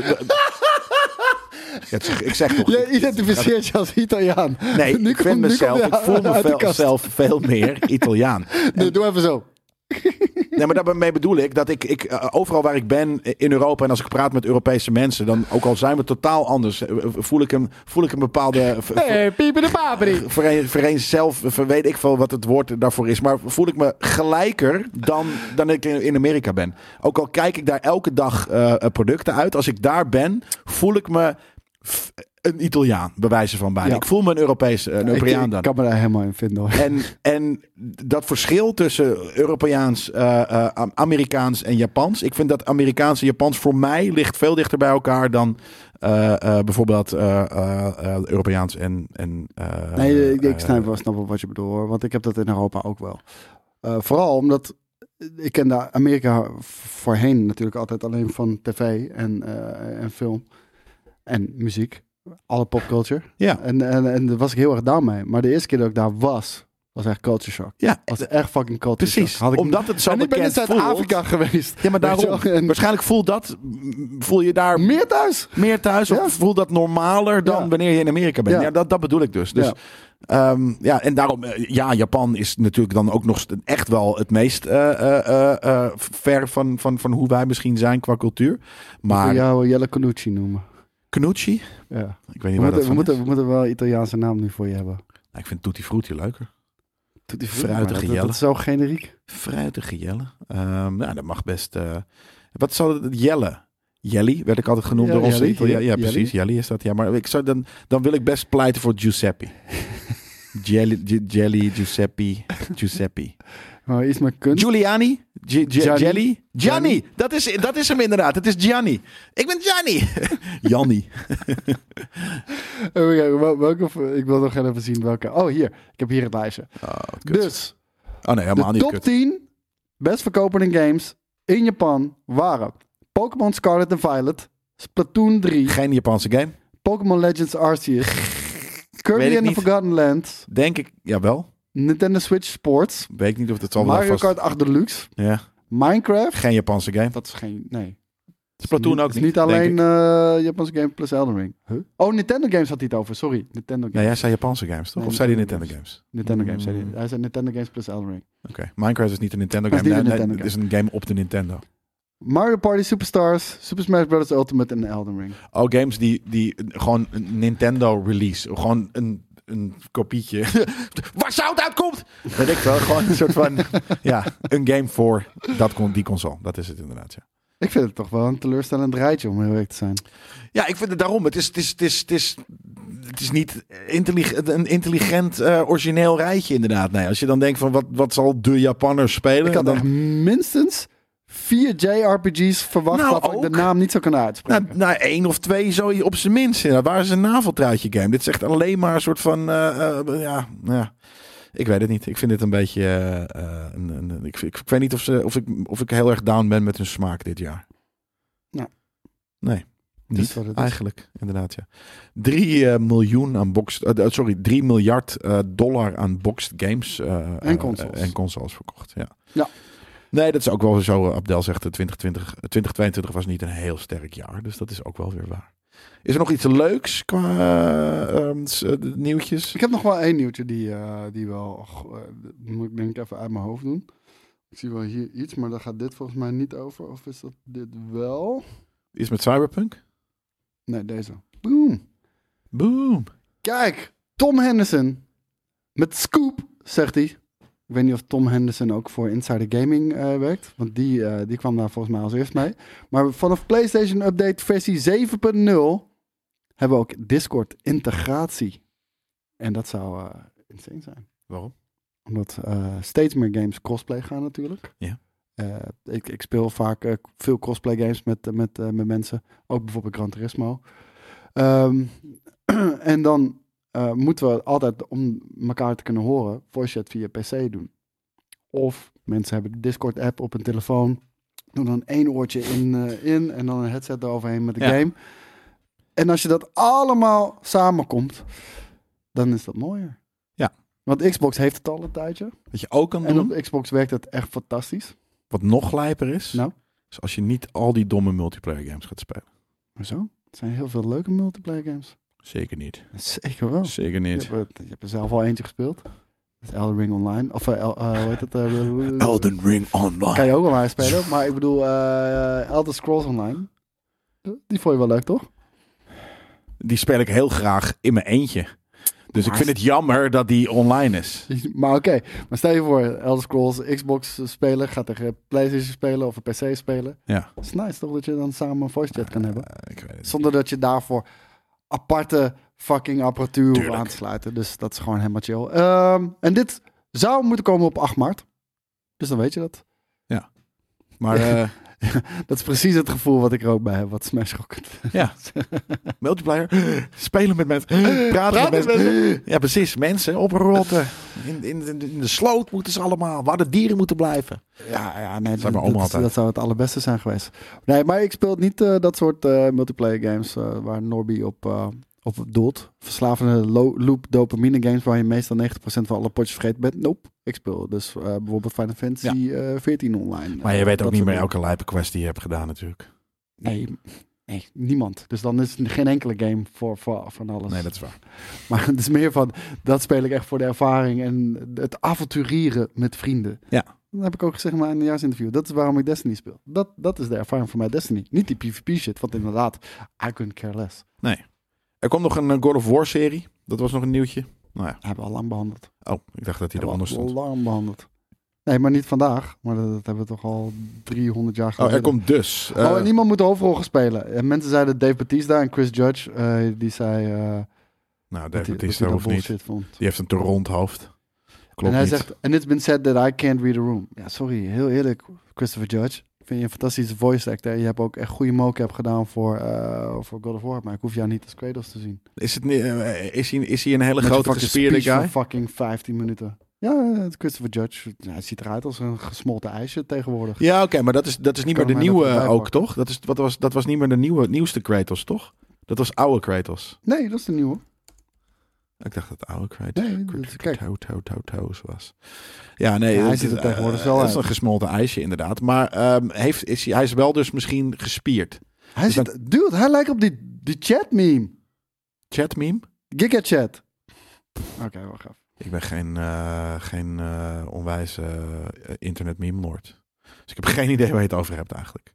Ja, ik zeg toch... Je identificeert je als Italiaan. Nee, Nu ik vind komt- nu mezelf... komt Ik je voel uit de kast. mezelf veel meer Italiaan. Nee, doe even zo. Nee, maar daarmee bedoel ik dat ik overal waar ik ben in Europa en als ik praat met Europese mensen, dan ook al zijn we totaal anders, voel ik een bepaalde Piepen de paperi. weet ik veel wat het woord daarvoor is, maar voel ik me gelijker dan ik in Amerika ben. Ook al kijk ik daar elke dag producten uit, als ik daar ben, voel ik me een Italiaan, bij wijze van bijna. Ja. Ik voel me een Europeaan Ik dan. kan me daar helemaal in vinden, hoor. En dat verschil tussen Europeaans, Amerikaans en Japans. Ik vind dat Amerikaans en Japans voor mij ligt veel dichter bij elkaar dan bijvoorbeeld Europeaans en Nee, ik snap wel wat je bedoelt, hoor. Want ik heb dat in Europa ook wel. Vooral omdat ik kende Amerika voorheen natuurlijk altijd alleen van tv en film en muziek. Alle popculture. Ja. En daar was ik heel erg down mee. Maar de eerste keer dat ik daar was echt culture shock. Ja, Was echt fucking culture precies. shock. Had ik Omdat het zo en ik ben in bekend Zuid-Afrika voelt. geweest. Ja, maar Weet je daarom. wel? En Waarschijnlijk voel je daar meer thuis. meer thuis. Of Ja. voel dat normaler dan Ja. wanneer je in Amerika bent. Ja. Ja, dat bedoel ik dus. Dus Ja. en daarom, Japan is natuurlijk dan ook nog echt wel het meest ver van hoe wij misschien zijn qua cultuur. Ik Maar wil jou Jelle Canucci noemen. Knucci? Ja. Ik weet niet waar dat van is. We moeten wel een Italiaanse naam nu voor je hebben. Nou, ik vind Tutti Frutti leuker. Tutti Fruitige dat Jelle. is zo generiek. Fruitige Jelle. Nou, dat mag best. Wat zou het? Jelle? Jelly werd ik altijd genoemd Ja, door onze Jelly, Italiaan. Ja, Jelly. precies. Jelly is dat. Ja, maar ik zou dan wil ik best pleiten voor Giuseppe. Jelly, Giuseppe. Maar iets met kunst. Giuliani? Gianni. Jelly? Gianni. Dat is hem inderdaad. Het is Gianni. Ik ben Gianni. Janni. Welke, ik wil nog even zien welke. Oh, hier. Ik heb hier het lijstje. Oh, kut. Dus, Oh nee, helemaal de niet top kut. 10 best verkopende games in Japan waren Pokémon Scarlet and Violet, Splatoon 3, Geen Japanse game. Pokémon Legends Arceus, Weet Kirby ik and the niet. Forgotten Lands, Denk ik. Jawel. Nintendo Switch Sports, Weet ik niet of het zal wel Mario vast. Kart 8 Deluxe, Ja. Minecraft. Geen Japanse game. Dat is geen... Nee. Splatoon ook Het is niet. niet alleen denk ik. Japanse game plus Elden Ring. Huh? Oh, Nintendo games had hij het over. Sorry. Nintendo games. Nee, jij zei Japanse games, toch? Nee, Of zei die Nintendo Nintendo games? Nintendo games, zei hij. Hij zei Nintendo games plus Elden Ring. Oké. Minecraft is niet een Nintendo Dat game. is niet Nee, een nee, Nintendo het is een game op de Nintendo. Mario Party Superstars, Super Smash Bros. Ultimate en Elden Ring. Oh, games die gewoon een Nintendo release. Gewoon een kopietje. Waar zout uitkomt! Weet ik wel. Gewoon een soort van... ja, een game voor die console. Dat is het inderdaad, ja. Ik vind het toch wel een teleurstellend rijtje om heel eerlijk te zijn. Ja, ik vind het daarom. Het is niet een intelligent, origineel rijtje inderdaad. Nee, als je dan denkt van wat zal de Japanner spelen? Ik had dan, echt minstens 4 JRPG's verwacht Nou, waarvan ik de ook. naam niet zou kunnen uitspreken. Nou, 1 of 2 zo op zijn minst. Inderdaad. Waar is een naveltruitje game? Dit is echt alleen maar een soort van... ja. Ik weet het niet. Ik vind dit een beetje... ik weet niet of ik heel erg down ben met hun smaak dit jaar. Nou. Nee. is Niet wat het is. eigenlijk, inderdaad, ja. 3 miljoen aan $3 miljard aan boxed games En consoles. en consoles verkocht. Ja. Ja. Nee, dat is ook wel zo. Abdel zegt 2022 was niet een heel sterk jaar, dus dat is ook wel weer waar. Is er nog iets leuks qua nieuwtjes? Ik heb nog wel één nieuwtje die wel... moet ik denk ik even uit mijn hoofd doen. Ik zie wel hier iets, maar daar gaat dit volgens mij niet over. Of is dat dit wel? Iets met Cyberpunk? Nee, deze. Boom. Boom. Kijk, Tom Henderson met Scoop, zegt hij. Ik weet niet of Tom Henderson ook voor Insider Gaming werkt. Want die kwam daar volgens mij als eerst mee. Maar vanaf PlayStation Update versie 7.0 hebben we ook Discord integratie. En dat zou insane zijn. Waarom? Omdat steeds meer games crossplay gaan natuurlijk. Ja. Ik speel vaak veel crossplay games met mensen. Ook bijvoorbeeld Gran Turismo. En dan moeten we altijd, om elkaar te kunnen horen, voice chat via PC doen. Of mensen hebben de Discord-app op een telefoon. Doen dan 1 oortje in en dan een headset eroverheen met de game. En als je dat allemaal samenkomt, dan is dat mooier. Ja. Want Xbox heeft het al een tijdje. Wat je ook kan En doen, op Xbox werkt het echt fantastisch. wat nog lijper is, Nou, is als je niet al die domme multiplayer games gaat spelen. maar zo. Het zijn heel veel leuke multiplayer games. Zeker niet. Zeker wel. Zeker niet. Je hebt er zelf al eentje gespeeld. Dat is Elden Ring Online. Of hoe heet het? Elden Ring Online. Kan je ook online spelen. Maar ik bedoel, Elder Scrolls Online. Die vond je wel leuk, toch? Die speel ik heel graag in mijn eentje. Dus Maar ik vind het jammer dat die online is. Maar oké. Maar stel je voor, Elder Scrolls Xbox spelen. Gaat tegen PlayStation spelen of een PC spelen. Ja. Het is nice toch dat je dan samen een voice chat kan hebben. Ik weet het. Zonder dat je daarvoor aparte fucking apparatuur hoeft Tuurlijk. aan te sluiten. Dus dat is gewoon helemaal chill. En dit zou moeten komen op 8 maart. Dus dan weet je dat. Maar Dat is precies het gevoel wat ik er ook bij heb. Wat Smash Rocket. ja, multiplayer, spelen met mensen, praten met mensen. Ja, precies. Mensen oprotten. In de sloot moeten ze allemaal. Waar de dieren moeten blijven. Ja, nee, Zei mijn oma altijd. dat zou het allerbeste zijn geweest. Nee, maar ik speel niet dat soort multiplayer games waar Norby op doelt. Verslavende loop dopamine games waar je meestal 90% van alle potjes vergeten bent. Nope. Ik speel dus bijvoorbeeld Final Fantasy 14 online. Maar je weet ook dat niet soort meer dingen. elke lijpe quest die je hebt gedaan natuurlijk. Nee, niemand. Dus dan is het geen enkele game voor van alles. Nee, dat is waar. Maar het is meer van, dat speel ik echt voor de ervaring en het avonturieren met vrienden. Ja. Dat heb ik ook gezegd in mijn eindejaarsinterview. Dat is waarom ik Destiny speel. Dat is de ervaring van mij Destiny. Niet die PvP shit, want inderdaad, I couldn't care less. Nee. Er komt nog een God of War serie. Dat was nog een nieuwtje. Nou ja. Hebben we al lang behandeld. Oh, ik dacht dat hij er Hebben anders we al stond. lang behandeld. Nee, maar niet vandaag. Maar dat hebben we toch al 300 jaar geleden. Oh, er komt dus. en niemand moet de hoofdrol gaan spelen. En mensen zeiden Dave Bautista en Chris Judge. Die zei Nou, dat Dave hij Bautista dat hoeft niet. bullshit vond. Die heeft een te rond hoofd. Klopt En hij niet. zegt, and it's been said that I can't read a room. Ja, sorry, heel eerlijk, Christopher Judge. Ik vind je een fantastische voice actor. Je hebt ook echt goede mocap gedaan voor God of War. Maar ik hoef jou niet als Kratos te zien. Is hij een hele Met je grote fucking gespierde speech guy? van fucking 15 minuten. Ja, Christopher Judge. Ja, hij ziet eruit als een gesmolten ijsje tegenwoordig. Ja, oké, maar dat is niet meer Kan de mij nieuwe dat erbij ook, pakken. toch? Dat was niet meer de nieuwste Kratos, toch? Dat was oude Kratos. Nee, dat is de nieuwe. Ik dacht dat oude Kratos Nee, kijk. Kratos was. Ja, nee. Ja, hij het- ziet er tegenwoordig wel Het uit. is een gesmolten ijsje, inderdaad. Maar hij is wel dus misschien gespierd. Hij Dus dude, hij lijkt op die chat meme. Chat meme? Giga chat. Oké, wacht even. Ik ben geen onwijze internet meme lord. Dus ik heb geen idee waar je het over hebt eigenlijk.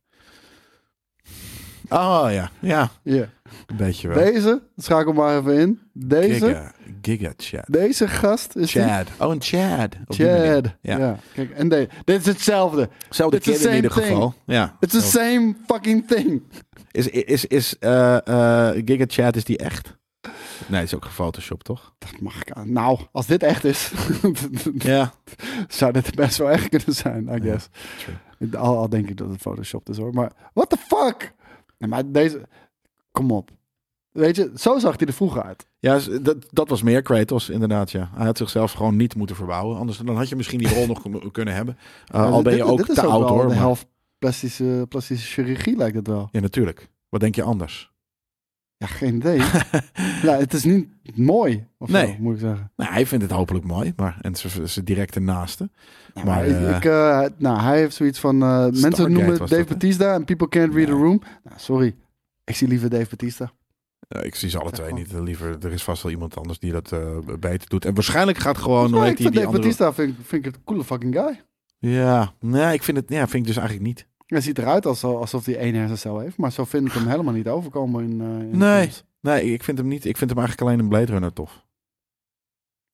Oh ja, ja, Hier. een beetje wel. Deze, schakel maar even in. Giga chat. Deze gast is die. Chad. Oh, een Chad. Op die manier. Chad. Ja. Ja. Kijk, en dit is hetzelfde. Zelfde It's the kid in ieder same geval. Ja. It's the same fucking thing. Is Giga Chat, is die echt? Nee, is ook gefotoshopt, toch? Dat mag ik aan. Nou, als dit echt is, Ja. zou dit best wel echt kunnen zijn, I guess. true. Al denk ik dat het Photoshop is hoor. Maar what the fuck? Nee, maar deze... Kom op. Weet je, zo zag hij er vroeger uit. Ja, dat was meer Kratos, inderdaad, ja. Hij had zichzelf gewoon niet moeten verbouwen. Anders dan had je misschien die rol nog kunnen hebben. Al ben je ook dit is te oud, wel hoor. de maar- helft plastische chirurgie lijkt het wel. Ja, natuurlijk. Wat denk je anders? Ja, geen idee. Ja, het is niet mooi, of Nee. zo, moet ik zeggen. Nou, hij vindt het hopelijk mooi. En ze directe naaste. Ja, Maar, maar hij heeft zoiets van... mensen Stargate noemen was Dave dat, hè? Bautista en people can't read a Nee. room. Nou, sorry. Ik zie liever Dave Bautista. Ik zie ze alle Zeg twee gewoon. niet. Liever, er is vast wel iemand anders die dat beter doet. En waarschijnlijk gaat gewoon... Ja, hoe heet ik vind die Dave andere... Bautista vind ik een coole fucking guy. Ja, nee, ik vind ik dus eigenlijk niet. Hij ziet eruit alsof hij één hersencel heeft. Maar zo vind ik hem helemaal niet overkomen in Nee. films. Nee, ik vind hem niet. Ik vind hem eigenlijk alleen in Blade Runner tof.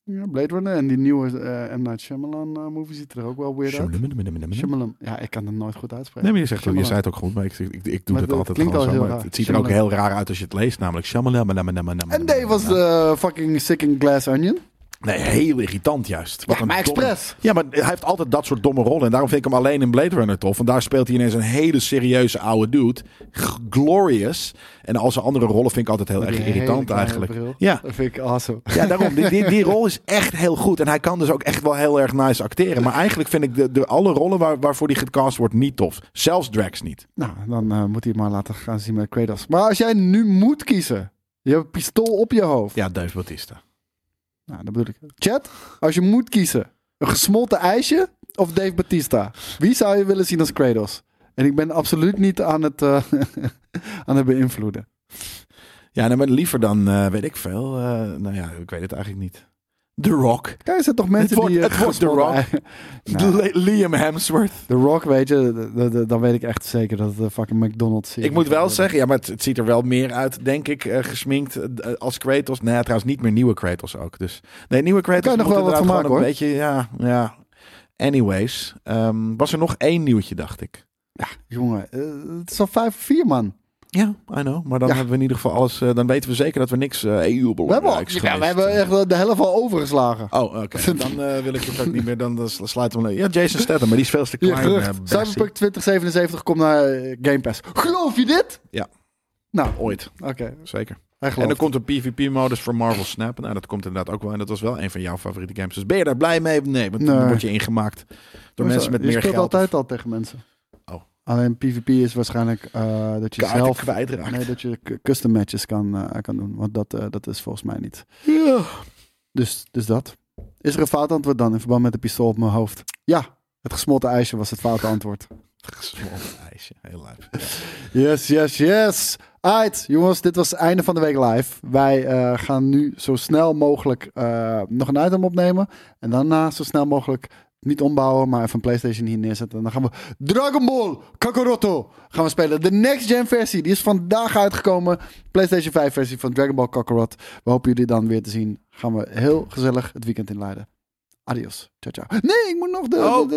Ja, Blade Runner en die nieuwe M. Night Shyamalan movie ziet er ook wel weird uit. Shyamalan. Ja, ik kan het nooit goed uitspreken. Nee, maar je zei het ook goed, maar ik doe het altijd klinkt gewoon al zo. heel Maar raar. het ziet er ook heel raar uit als je het leest, namelijk Shyamalan. En Dave was fucking sick in Glass Onion. Nee, heel irritant juist. Ja, maar expres. Ja, maar hij heeft altijd dat soort domme rollen. En daarom vind ik hem alleen in Blade Runner tof. Want daar speelt hij ineens een hele serieuze oude dude. Glorious. En al zijn andere rollen vind ik altijd heel erg irritant eigenlijk. Bril. Ja. Dat vind ik awesome. Ja, daarom. Die rol is echt heel goed. En hij kan dus ook echt wel heel erg nice acteren. Maar eigenlijk vind ik de alle rollen waarvoor hij gecast wordt niet tof. Zelfs Drax niet. Nou, dan moet hij het maar laten gaan zien met Kratos. Maar als jij nu moet kiezen. Je hebt een pistool op je hoofd. Ja, Dave Bautista. Nou, dat bedoel ik. Chat, als je moet kiezen. Een gesmolten ijsje of Dave Bautista? Wie zou je willen zien als Kratos? En ik ben absoluut niet aan het, aan het beïnvloeden. Ja, nou, maar liever dan, weet ik veel. Nou ja, ik weet het eigenlijk niet. The Rock. Kijk, er zijn toch mensen die... Het wordt The Rock. Liam Hemsworth. The Rock, weet je, dan weet ik echt zeker dat het fucking McDonald's is. Ik moet wel zeggen, ja, maar het ziet er wel meer uit, denk ik, gesminkt als Kratos. Nee, trouwens niet meer nieuwe Kratos ook. Dus nee, nieuwe Kratos kan je nog wel wat van maken, hoor. Een beetje, ja. Anyways, was er nog één nieuwtje, dacht ik. Ja, jongen, het is al 5-4, man. Ja, I know. Maar dan hebben we in ieder geval alles. Dan weten we zeker dat we niks EU-belangrijks we hebben echt de helft al overgeslagen. Oh, oké. Dan wil ik het ook niet meer. Dan sluiten we. Ja, Jason Statham, maar die is veel te klein. Cyberpunk 2077 komt naar Game Pass. Geloof je dit? Ja. Nou, ooit. Oké. Zeker. En er komt een PvP-modus voor Marvel Snap. Nou, dat komt inderdaad ook wel. En dat was wel een van jouw favoriete games. Dus ben je daar blij mee? Nee, want dan word je ingemaakt door mensen met meer geld. Je speelt altijd al tegen mensen. Oh. Alleen PvP is waarschijnlijk dat je kaarten zelf kwijtraakt. Nee, dat je custom matches kan doen. Want dat is volgens mij niet. Ja. Dus dat. Is er een fout antwoord dan in verband met de pistool op mijn hoofd? Ja, het gesmolten ijsje was het foute antwoord. Gesmolten ijsje, heel lijp. Yes. Alright, jongens, dit was het einde van de week live. Wij gaan nu zo snel mogelijk nog een item opnemen. En daarna zo snel mogelijk niet ombouwen, maar even een PlayStation hier neerzetten. En dan gaan we Dragon Ball Kakaroto gaan we spelen. De next gen versie, die is vandaag uitgekomen. PlayStation 5 versie van Dragon Ball Kakarot. We hopen jullie dan weer te zien. Gaan we heel gezellig het weekend inleiden. Adios. Ciao. Nee, ik moet nog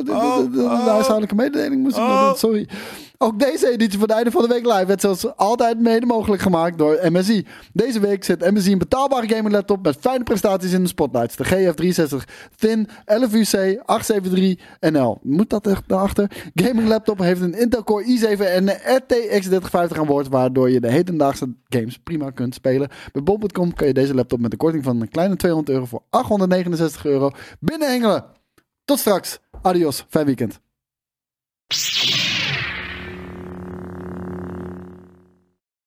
de huishoudelijke mededeling moest ik nog doen. Sorry. Ook deze editie van het einde van de week live werd zoals altijd mede mogelijk gemaakt door MSI. Deze week zit MSI een betaalbare gaming laptop met fijne prestaties in de spotlights. De GF360 Thin 11UC 873NL. Moet dat echt daarachter? Gaming laptop heeft een Intel Core i7 en een RTX 3050 aan boord, waardoor je de hedendaagse games prima kunt spelen. Bij bol.com kan je deze laptop met een korting van een kleine €200 voor €869 binnenhengelen. Tot straks. Adios. Fijn weekend.